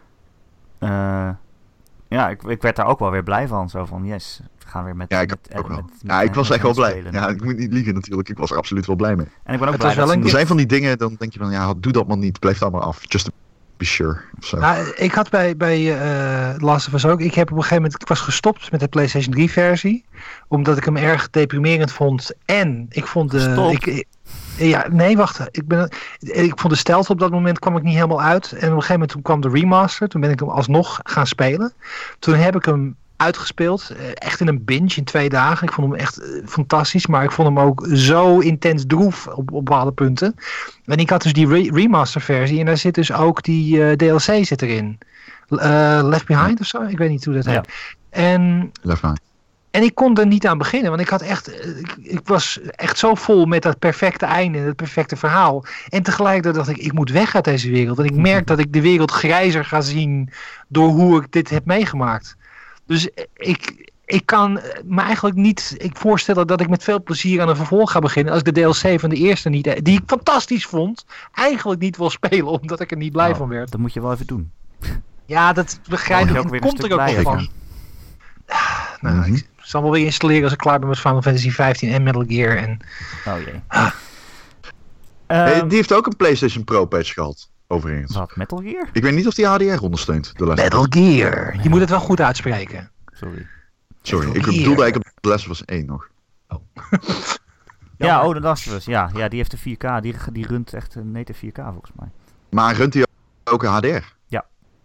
Ik werd daar ook wel weer blij van. Zo van, yes, we gaan weer met... ik was echt wel blij. Ja, ik moet niet liegen natuurlijk. Ik was er absoluut wel blij mee. En ik ben ook blij dat er zijn van die dingen, dan denk je van, doe dat maar niet. Blijf daar maar af. Just be sure. Nou, ik had bij Last of Us ook. Ik heb op een gegeven moment, ik was gestopt met de PlayStation 3 versie, omdat ik hem erg deprimerend vond. En ik vond Ja, nee, wacht. Ik vond de stealth op dat moment kwam ik niet helemaal uit. En op een gegeven moment toen kwam de remaster. Toen ben ik hem alsnog gaan spelen. Toen heb ik hem uitgespeeld. Echt in een binge in 2 dagen. Ik vond hem echt fantastisch. Maar ik vond hem ook zo intens droef op bepaalde punten. En ik had dus die remaster versie. En daar zit dus ook die DLC zit erin. Left Behind of zo? Ik weet niet hoe dat heet. En Left Behind. En ik kon er niet aan beginnen, want ik was echt zo vol met dat perfecte einde, dat perfecte verhaal. En tegelijkertijd dacht ik moet weg uit deze wereld. En ik merk dat ik de wereld grijzer ga zien door hoe ik dit heb meegemaakt. Dus ik kan me eigenlijk niet voorstellen dat ik met veel plezier aan een vervolg ga beginnen als ik de DLC van de eerste niet, die ik fantastisch vond, eigenlijk niet wil spelen, omdat ik er niet blij van werd. Dat moet je wel even doen. Ja, dat begrijp ik. Dat komt er ook wel van. Nou, ik zal wel weer installeren als ik klaar ben met Final Fantasy 15 en Metal Gear. En... Oh jee. Die heeft ook een PlayStation Pro patch gehad, overigens. Wat, Metal Gear? Ik weet niet of die HDR ondersteunt. Metal Gear. Je moet het wel goed uitspreken. Sorry, ik bedoelde eigenlijk op The Last of Us 1 nog. Oh. Ja, The Last of Us. Ja, die heeft de 4K. Die runt echt een native 4K volgens mij. Maar runt hij ook een HDR? Ja.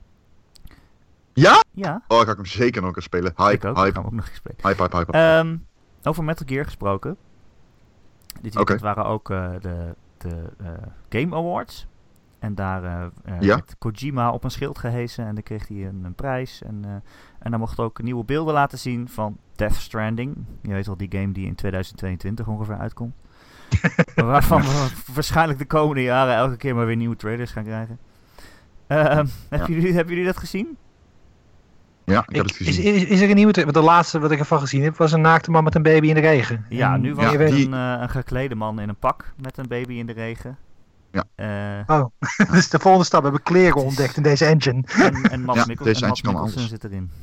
Ja? Ja. Oh, dan ga ik hem zeker nog eens spelen. Hype. Ik ook nog eens spelen. Hype. Over Metal Gear gesproken. Dit weekend waren ook de Game Awards. En daar werd Kojima op een schild gehesen. En dan kreeg hij een prijs. En dan mocht ook nieuwe beelden laten zien van Death Stranding. Je weet wel, die game die in 2022 ongeveer uitkomt. Waarvan we waarschijnlijk de komende jaren elke keer maar weer nieuwe trailers gaan krijgen. Hebben jullie dat gezien? Ja, ik heb het gezien. Is er een nieuwe trailer? De laatste wat ik ervan gezien heb was een naakte man met een baby in de regen. Ja, nu was het een geklede man in een pak met een baby in de regen. Ja. Dus de volgende stap. We hebben kleren ontdekt in deze engine. En Mads Mikkelsen zit erin.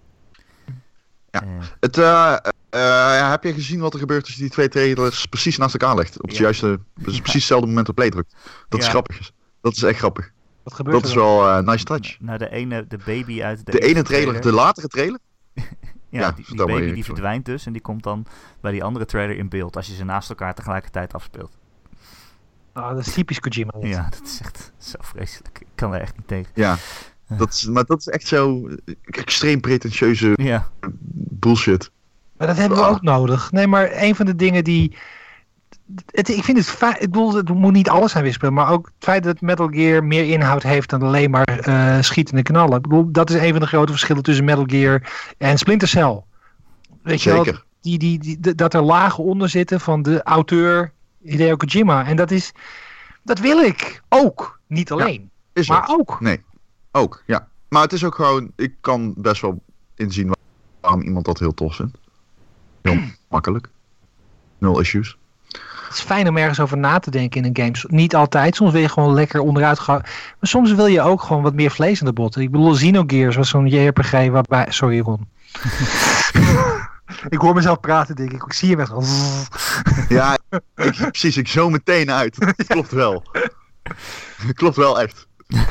Ja. Heb je gezien wat er gebeurt als je die 2 trailers precies naast elkaar legt? Op het juiste, dus precies hetzelfde moment op play drukt. Dat is grappig. Dat is echt grappig. Wat gebeurt dat is wel nice touch. Nou, de baby uit de ene trailer, de latere trailer. Die baby die verdwijnt dus en die komt dan bij die andere trailer in beeld als je ze naast elkaar tegelijkertijd afspeelt. Dat is typisch Kojima. Ja, dat is echt zo vreselijk. Ik kan er echt niet tegen. Ja, maar dat is echt zo extreem pretentieuze bullshit. Maar dat hebben we ook nodig. Nee, maar een van de dingen die... ik vind het fijn... Ik bedoel, het moet niet alles zijn wispelen, maar ook het feit dat Metal Gear meer inhoud heeft dan alleen maar schieten en knallen. Ik bedoel, dat is een van de grote verschillen tussen Metal Gear en Splinter Cell. Weet je wel, dat er lagen onder zitten van de auteur Hideo Kojima. En dat wil ik ook. Niet alleen. Ja, maar ook. Nee, ook, ja. Maar het is ook gewoon... Ik kan best wel inzien waarom iemand dat heel tof vindt. Heel makkelijk. 0 issues. Het is fijn om ergens over na te denken in een game. Niet altijd. Soms wil je gewoon lekker onderuit gaan. Maar soms wil je ook gewoon wat meer vlees aan de botten. Ik bedoel, Xenogears was zo'n JRPG waarbij... Sorry, Ron. Ik hoor mezelf praten, denk ik. Ik zie je met... Ja, precies. Ik zo meteen uit. Klopt wel. Klopt wel, echt.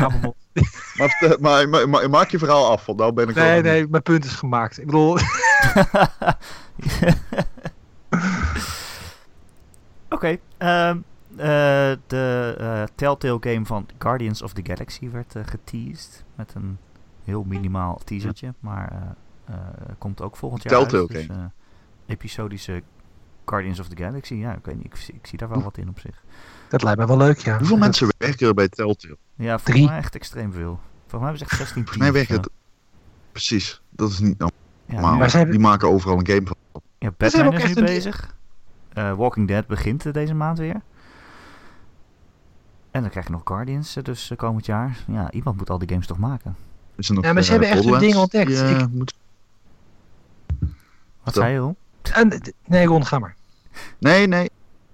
Maar maak je verhaal af, want nou ben ik... Nee, mijn punt is gemaakt. Ik bedoel... Oké. De Telltale game van Guardians of the Galaxy werd geteased. Met een heel minimaal teasertje. Maar komt ook volgend jaar Telltale uit. Dus, episodische Guardians of the Galaxy. Ja, ik weet niet. Ik zie daar wel wat in op zich. Dat lijkt me wel leuk, ja. Hoeveel mensen werken er bij Telltale? Ja, volgens mij echt extreem veel. Volgens mij hebben ze echt 16 teams. Volgens mij werken het... Precies. Dat is niet normaal. Ja, die maken overal een game van. Ja, Batman is nu bezig. Walking Dead begint deze maand weer. En dan krijg je nog Guardians dus komend jaar. Ja, iemand moet al die games toch maken. Is er nog, maar ze hebben echt hun ding ontdekt. Wat zei je, Ron? Nee, Ron, ga maar. Nee.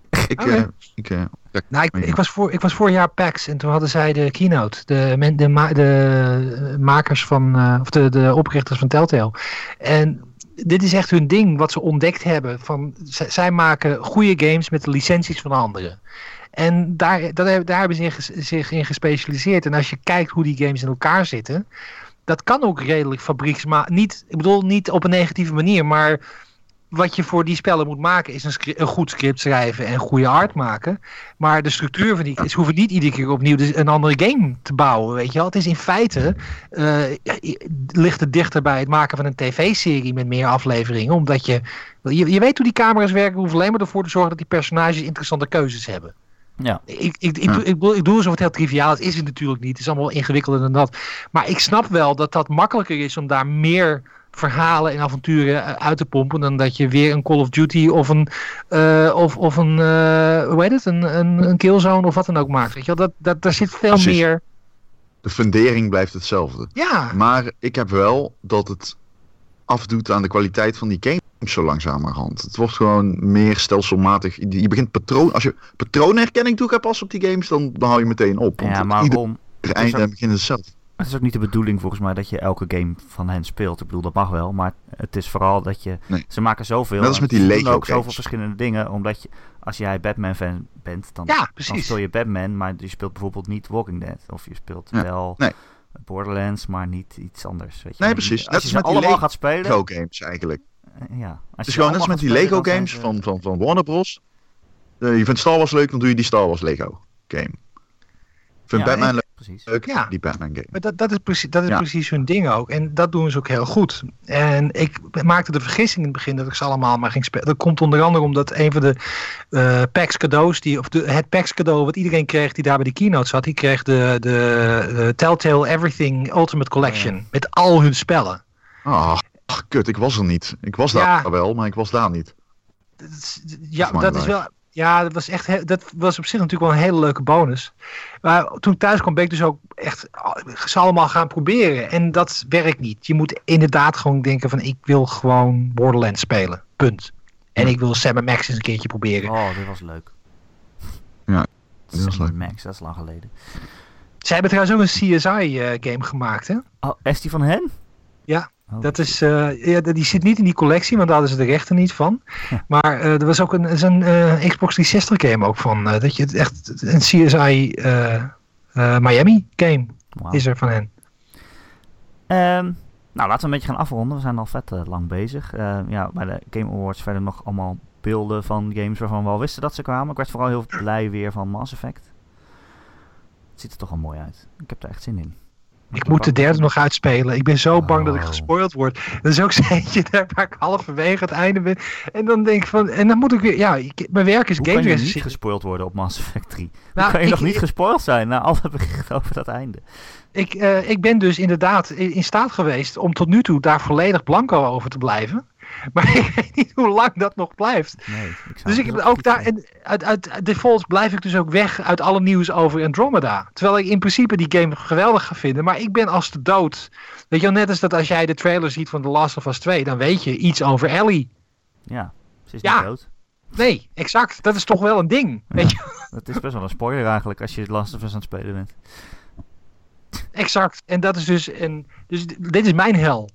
Ik was vorig jaar PAX en toen hadden zij de keynote. De makers van... of de oprichters van Telltale. En dit is echt hun ding, wat ze ontdekt hebben. Zij maken goede games met de licenties van anderen. En daar hebben ze zich in gespecialiseerd. En als je kijkt hoe die games in elkaar zitten... Dat kan ook redelijk fabrieksmatig. Ik bedoel, niet op een negatieve manier, maar... wat je voor die spellen moet maken is een goed script schrijven en goede art maken. Maar de structuur van ze hoeven niet iedere keer opnieuw een andere game te bouwen, weet je wel. Het is in feite, ligt het dichter bij het maken van een tv-serie met meer afleveringen. Omdat je weet hoe die camera's werken, hoeft alleen maar ervoor te zorgen dat die personages interessante keuzes hebben. Ja. Ik doe alsof het heel triviaal is het natuurlijk niet. Het is allemaal ingewikkelder dan dat. Maar ik snap wel dat dat makkelijker is om daar meer verhalen en avonturen uit te pompen dan dat je weer een Call of Duty of een hoe heet het, een Killzone of wat dan ook maakt. Weet je wel, daar zit veel meer. De fundering blijft hetzelfde. Ja. Maar ik heb wel dat het afdoet aan de kwaliteit van die games zo langzamerhand. Het wordt gewoon meer stelselmatig. Je begint als je patroonherkenning toe gaat passen op die games, dan hou je meteen op. Ja, maar waarom? Ieder einde begint hetzelfde. Het is ook niet de bedoeling volgens mij dat je elke game van hen speelt. Ik bedoel, dat mag wel, maar het is vooral dat je... Nee. Ze maken zoveel. Net als met die Lego games. Ook zoveel verschillende dingen, omdat je... Als jij Batman-fan bent, dan speel je Batman, maar je speelt bijvoorbeeld niet Walking Dead. Of je speelt wel Borderlands, maar niet iets anders. Weet je. Nee, precies. Als je ze allemaal gaat spelen... Lego games eigenlijk. Ja. Het is gewoon net als met die Lego games van Warner Bros. Je vindt Star Wars leuk, dan doe je die Star Wars Lego game. Vind Batman leuk. Precies. Die Batman game. Maar dat is precies hun ding ook. En dat doen ze ook heel goed. En ik maakte de vergissing in het begin dat ik ze allemaal maar ging spelen. Dat komt onder andere omdat een van de packs cadeaus, het packs cadeau wat iedereen kreeg die daar bij de keynote zat, die kreeg de Telltale Everything Ultimate Collection. Met al hun spellen. Ach, kut, ik was er niet. Ik was daar wel, maar ik was daar niet. Dat is wel... Ja, dat was op zich natuurlijk wel een hele leuke bonus. Maar toen ik thuis kwam ben ik dus ook echt ze allemaal gaan proberen. En dat werkt niet. Je moet inderdaad gewoon denken van ik wil gewoon Borderlands spelen. Punt. En ik wil Sam & Max eens een keertje proberen. Oh, dit was leuk. Ja, dit was leuk. Max, dat is lang geleden. Zij hebben trouwens ook een CSI-game gemaakt, hè? Oh, is die van hen? Ja. Dat is, die zit niet in die collectie, want daar hadden ze de rechten niet van. Ja. Maar er was ook een Xbox 360 game ook van. Dat je echt een CSI Miami game is er van hen. Nou, laten we een beetje gaan afronden. We zijn al vet lang bezig. Bij de Game Awards verder nog allemaal beelden van games waarvan we al wisten dat ze kwamen. Ik werd vooral heel blij weer van Mass Effect. Het ziet er toch al mooi uit. Ik heb er echt zin in. Ik moet de derde nog uitspelen. Ik ben zo bang dat ik gespoild word. Dat is ook zo'n eentje daar waar ik halverwege het einde ben. En dan denk ik van... En dan moet ik weer... Ja, mijn werk is game Hoe kan je niet gespoild worden op Mass Effect 3? Hoe kan je nog niet gespoild zijn na alle berichten over dat einde? Ik ben dus inderdaad in staat geweest om tot nu toe daar volledig blanco over te blijven. Maar ik weet niet hoe lang dat nog blijft. Nee, dus ik heb ook daar... En uit default blijf ik dus ook weg uit alle nieuws over Andromeda. Terwijl ik in principe die game geweldig ga vinden. Maar ik ben als de dood. Weet je wel, net als dat als jij de trailer ziet van The Last of Us 2... dan weet je iets over Ellie. Ja, ze is niet dood. Nee, exact. Dat is toch wel een ding. Ja, weet je? Dat is best wel een spoiler eigenlijk als je The Last of Us aan het spelen bent. Exact. En dat is dus... Dus dit is mijn hel.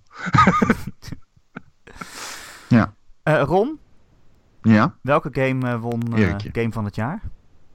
Ja. Ron? Ja? Welke game won Game van het jaar?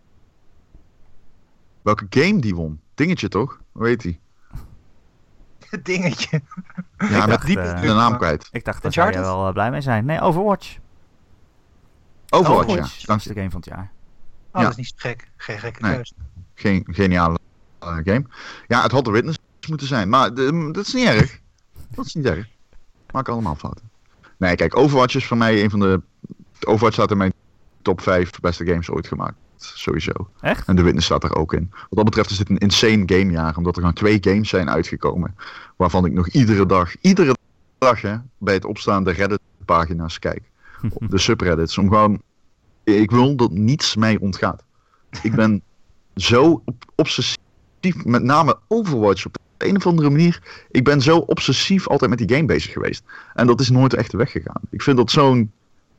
Welke game die won? Dingetje toch? Hoe heet die? Dingetje. Ja, met de naam kwijt. Ik dacht dat jij er wel blij mee zijn. Nee, Overwatch. Overwatch, ja. Dat is de game van het jaar. Oh, dat is niet zo gek. Geen gekke keuze. Geen geniale game. Ja, het had The Witness moeten zijn. Maar dat is niet erg. Dat is niet erg. Maak allemaal fouten. Nee, kijk, Overwatch is voor mij een van de... Overwatch staat in mijn top 5 beste games ooit gemaakt. Sowieso. Echt? En The Witness staat er ook in. Wat dat betreft is dit een insane gamejaar. Omdat er gewoon 2 games zijn uitgekomen. Waarvan ik nog iedere dag bij het opstaan de Reddit-pagina's kijk. Op de subreddits. Om gewoon... Ik wil dat niets mij ontgaat. Ik ben zo obsessief, met name Overwatch op een of andere manier. Ik ben zo obsessief altijd met die game bezig geweest. En dat is nooit echt weggegaan. Ik vind dat zo'n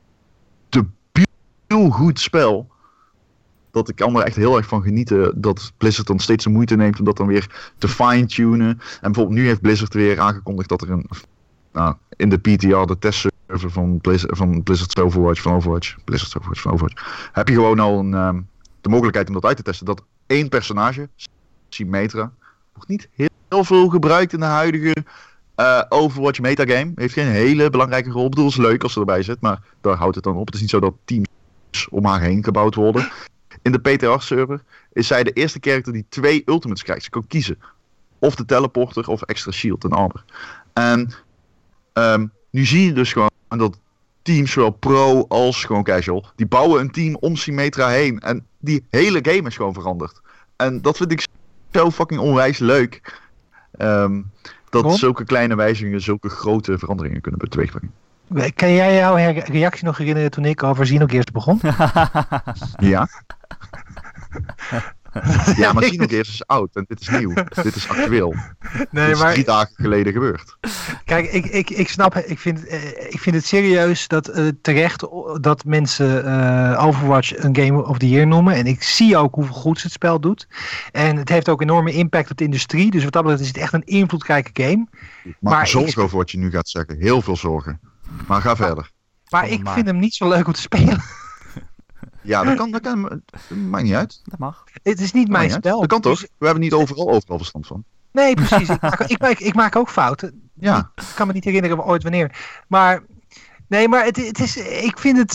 debiel goed spel. Dat ik kan er echt heel erg van genieten dat Blizzard dan steeds de moeite neemt om dat dan weer te fine-tunen. En bijvoorbeeld nu heeft Blizzard weer aangekondigd dat er in de PTR, de testserver van Blizzard's Overwatch, heb je gewoon al de mogelijkheid om dat uit te testen. Dat 1 personage, Symmetra, wordt niet heel veel gebruikt in de huidige Overwatch metagame heeft geen hele belangrijke rol. Ik bedoel, het is leuk als ze erbij zit, maar daar houdt het dan op. Het is niet zo dat teams om haar heen gebouwd worden. In de PTR-server is zij de eerste character die 2 ultimates krijgt. Ze kan kiezen. Of de teleporter of extra shield en armor. En nu zie je dus gewoon dat teams, zowel pro als gewoon casual, die bouwen een team om Symmetra heen. En die hele game is gewoon veranderd. En dat vind ik zo fucking onwijs leuk. Dat zulke kleine wijzigingen zulke grote veranderingen kunnen teweegbrengen. Kan jij jouw reactie nog herinneren toen ik over Xenogears begon? Ja. Ja, maar Xenogears is oud en dit is nieuw. Dit is actueel. Nee, dit is maar 3 dagen geleden gebeurd. Kijk, ik snap, ik vind het serieus dat terecht dat mensen Overwatch een Game of the Year noemen. En ik zie ook hoeveel goeds het spel doet. En het heeft ook enorme impact op de industrie. Dus wat dat betreft is het echt een invloedrijke game. Maar zorgen over wat je nu gaat zeggen. Heel veel zorgen. Maar ga verder. Maar ik vind hem niet zo leuk om te spelen. Ja, dat maakt niet uit. Dat mag. Het is niet mijn spel. Dat kan toch? Dus, We hebben niet overal verstand van. nee, precies. Ik maak ook fouten. Ja. Ik kan me niet herinneren ooit wanneer. Maar nee, maar het is. Ik vind het.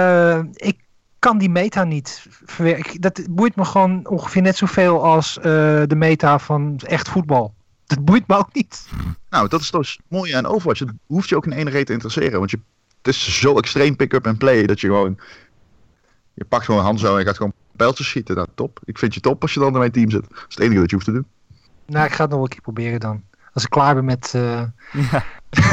Ik kan die meta niet verwerken. Dat boeit me gewoon ongeveer net zoveel als de meta van echt voetbal. Dat boeit me ook niet. Nou, dat is toch mooi aan Overwatch. Het hoeft je ook in één reet te interesseren. Want het is zo extreem pick-up en play dat je gewoon. Je pakt gewoon een hand zo en je gaat gewoon pijltjes schieten. Nou, top. Ik vind je top als je dan in mijn team zit. Dat is het enige dat je hoeft te doen. Nou, ik ga het nog een keer proberen dan. Als ik klaar ben met... Ja.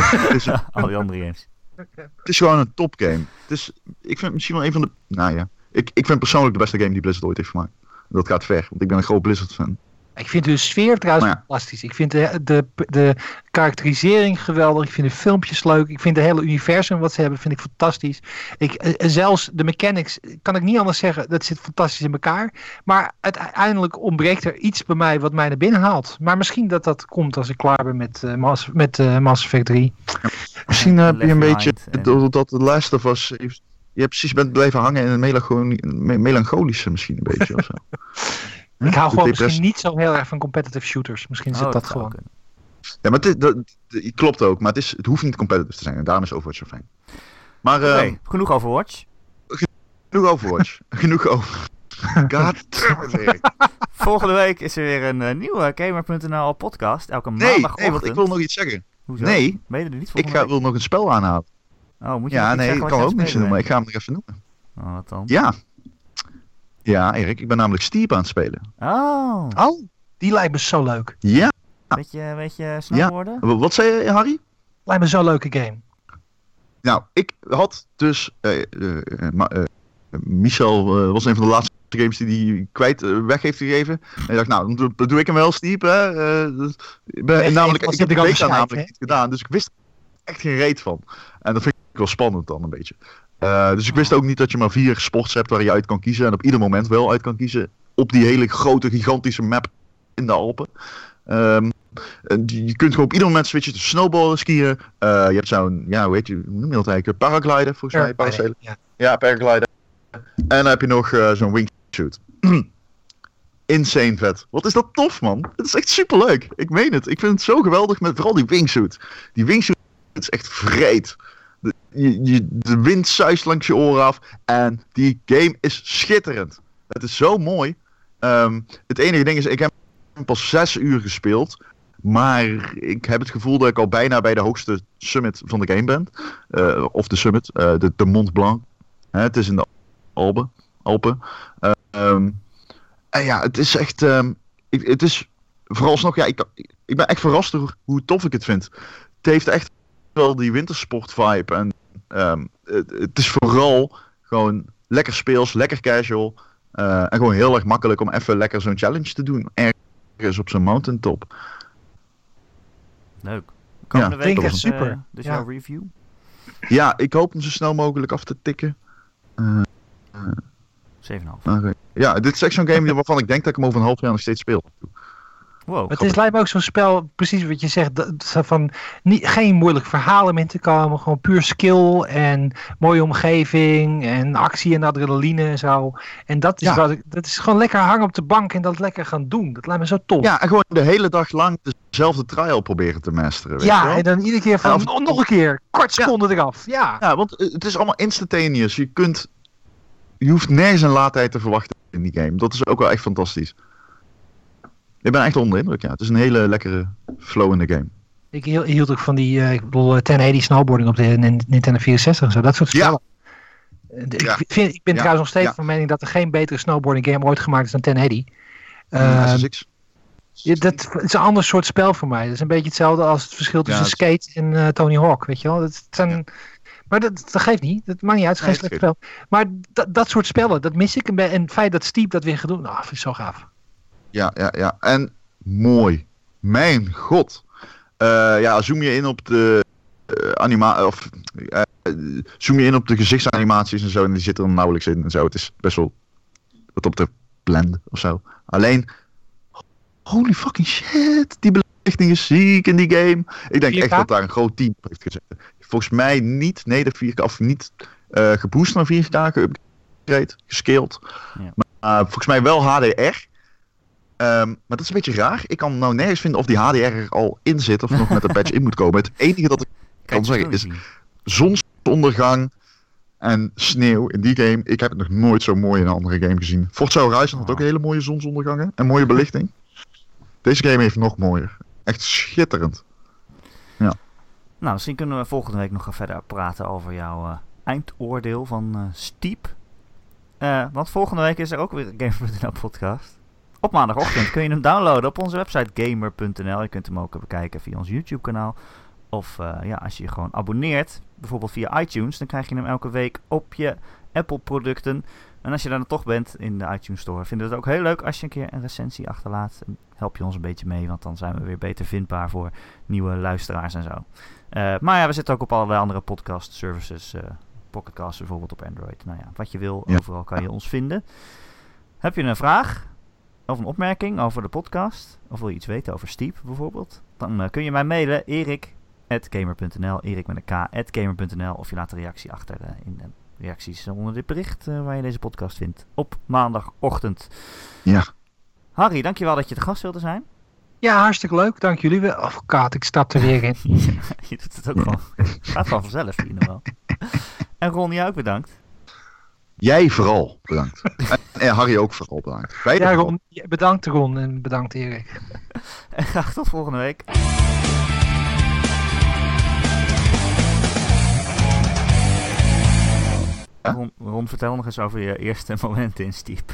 Al die andere games. Het is gewoon een topgame. Ik vind het misschien wel een van de... Nou ja. Ik vind persoonlijk de beste game die Blizzard ooit heeft gemaakt. Dat gaat ver, want ik ben een groot Blizzard fan. Ik vind de sfeer trouwens fantastisch. Ik vind de karakterisering geweldig. Ik vind de filmpjes leuk. Ik vind het hele universum wat ze hebben vind ik fantastisch. Zelfs de mechanics kan ik niet anders zeggen. Dat zit fantastisch in elkaar. Maar uiteindelijk ontbreekt er iets bij mij wat mij naar binnen haalt. Maar misschien dat komt als ik klaar ben met Mass Effect 3. Misschien heb je een beetje... Doordat de Last of Us... Je precies bent blijven hangen in een melancholische misschien een beetje of zo. Ik hou gewoon misschien niet zo heel erg van competitive shooters. Misschien zit dat gewoon. Ja, maar het klopt ook. Maar het hoeft niet competitive te zijn. En daarom is Overwatch zo fijn. Maar genoeg Overwatch. Genoeg Overwatch. Genoeg over. God Volgende week is er weer een nieuwe Gamer.nl podcast. Elke maandagochtend. Nee, want ik wil nog iets zeggen. Hoezo? Nee, ben je er niet wil nog een spel aanhalen. Oh, moet je ik kan ook niks doen, maar ik ga hem nog even noemen. Oh, wat dan? Ja, Erik, ik ben namelijk Steep aan het spelen. Oh, die lijkt me zo leuk. Ja. Weet je snowboarden? Ja. Wat zei je, Harry? Lijkt me zo'n leuke game. Nou, ik had dus... Michel was een van de laatste games die hij weg heeft gegeven. En ik dacht, nou, dan doe ik hem wel, Steep. Ik heb de week namelijk niet gedaan, dus ik wist echt geen reet van. En dat vind ik wel spannend dan een beetje. Dus ik wist ook niet dat je maar 4 sports hebt waar je uit kan kiezen. En op ieder moment wel uit kan kiezen. Op die hele grote, gigantische map in de Alpen. Je kunt gewoon op ieder moment switchen tussen snowboarden, skiën. Je hebt zo'n, hoe noem je dat eigenlijk? Paraglider, volgens mij. Paracelen. Ja, paraglider. En dan heb je nog zo'n wingsuit. Insane vet. Wat is dat tof, man. Het is echt superleuk. Ik meen het. Ik vind het zo geweldig met vooral die wingsuit. Die wingsuit is echt vreed. De wind zuist langs je oren af. En die game is schitterend. Het is zo mooi. Het enige ding is, ik heb pas 6 uur gespeeld. Maar ik heb het gevoel dat ik al bijna bij de hoogste summit van de game ben. Of de summit, de Mont Blanc. Het is in de Alpen. En ja, het is echt... het is vooralsnog... Ja, ik ben echt verrast door hoe tof ik het vind. Het heeft echt wel die wintersport vibe. En het is vooral gewoon lekker speels, lekker casual. En gewoon heel erg makkelijk om even lekker zo'n challenge te doen. Ergens op zo'n mountaintop. Leuk. Komende week echt super. Dus jouw review? Ja, ik hoop hem zo snel mogelijk af te tikken. 7,5. Okay. Ja, dit is echt zo'n game waarvan ik denk dat ik hem over een half jaar nog steeds speel. Wow. Maar het lijkt me ook zo'n spel, precies wat je zegt, van geen moeilijk verhalen in te komen. Gewoon puur skill en mooie omgeving en actie en adrenaline en zo. En dat is gewoon lekker hangen op de bank en dat lekker gaan doen. Dat lijkt me zo tof. Ja, en gewoon de hele dag lang dezelfde trial proberen te masteren. Weet je wel? En dan iedere keer van nog een keer, kwart seconde eraf. Ja, want het is allemaal instantaneous. Je hoeft nergens een laadtijd te verwachten in die game. Dat is ook wel echt fantastisch. Ik ben echt onder de indruk, ja. Het is een hele lekkere flow in de game. Ik hield ook van die, 1080 snowboarding op de Nintendo 64 en zo. Dat soort spellen. Ja. Ik ben trouwens nog steeds van mening dat er geen betere snowboarding game ooit gemaakt is dan 1080. SSX. Dat is een ander soort spel voor mij. Dat is een beetje hetzelfde als het verschil tussen Skate en Tony Hawk, weet je wel. Maar dat geeft niet. Dat maakt niet uit. Het is geen slecht spel. Maar dat soort spellen, dat mis ik. En het feit dat Steep dat weer gaat doen, vind ik zo gaaf. Ja. En mooi. Mijn god. Zoom je in op de zoom je in op de gezichtsanimaties en zo. En die zitten er nauwelijks in en zo. Het is best wel wat op de blenden of zo. Alleen, holy fucking shit. Die belichting is ziek in die game. Ik denk 4K? Echt dat daar een groot team op heeft gezet. Volgens mij niet. Nee, de 4K of niet geboost naar 4K, geüpgrade, gescaled. Ja. Maar volgens mij wel HDR. Maar dat is een beetje raar. Ik kan nou nergens vinden of die HDR er al in zit of nog met een patch in moet komen. Het enige dat ik kan zeggen is zonsondergang en sneeuw in die game. Ik heb het nog nooit zo mooi in een andere game gezien. Forza Horizon had ook hele mooie zonsondergangen en mooie belichting. Deze game heeft nog mooier. Echt schitterend. Ja. Nou, misschien kunnen we volgende week nog verder praten over jouw eindoordeel van Steep. Want volgende week is er ook weer een Gamer.nl podcast. Op maandagochtend kun je hem downloaden op onze website gamer.nl. Je kunt hem ook bekijken via ons YouTube kanaal. Of als je je gewoon abonneert, bijvoorbeeld via iTunes, dan krijg je hem elke week op je Apple producten. En als je daar dan toch bent in de iTunes Store, vinden we het ook heel leuk als je een keer een recensie achterlaat. En help je ons een beetje mee, want dan zijn we weer beter vindbaar voor nieuwe luisteraars en zo. Maar we zitten ook op allerlei andere podcast services. Pocketcast bijvoorbeeld op Android. Nou ja, wat je wil, overal kan je ons vinden. Heb je een vraag of een opmerking over de podcast? Of wil je iets weten over Steep bijvoorbeeld? Dan kun je mij mailen, erik@gamer.nl, Erik met een k@gamer.nl, of je laat een reactie achter in de reacties onder dit bericht waar je deze podcast vindt op maandagochtend. Ja. Harry, dankjewel dat je te gast wilde zijn. Ja, hartstikke leuk. Dank jullie wel. Oh god, ik stap er weer in. Ja, je doet het ook gewoon. Het gaat gewoon vanzelf hier nog wel. En Ron, jij ook bedankt. Jij vooral bedankt. En Harry ook vooral bedankt. Ja, Ron, bedankt Ron en bedankt Erik. En graag tot volgende week. Ron, vertel nog eens over je eerste momenten in Steep.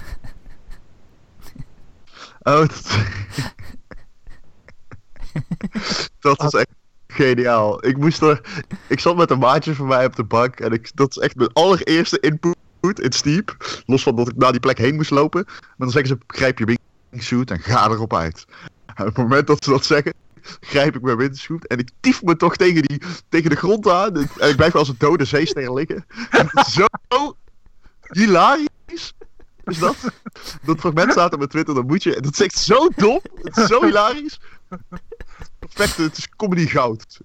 Dat was echt geniaal. Ik zat met een maatje van mij op de bank en dat is echt mijn allereerste input in Steep. Los van dat ik naar die plek heen moest lopen. Maar dan zeggen ze, grijp je wingsuit en ga erop uit. En op het moment dat ze dat zeggen, grijp ik mijn wingsuit en ik tief me toch tegen de grond aan. En ik blijf als een dode zeester liggen. En het is zo hilarisch. Dus dat fragment staat op mijn Twitter, dat moet je. En dat is echt zo dom. Het is zo hilarisch. Perfect, het is comedy goud.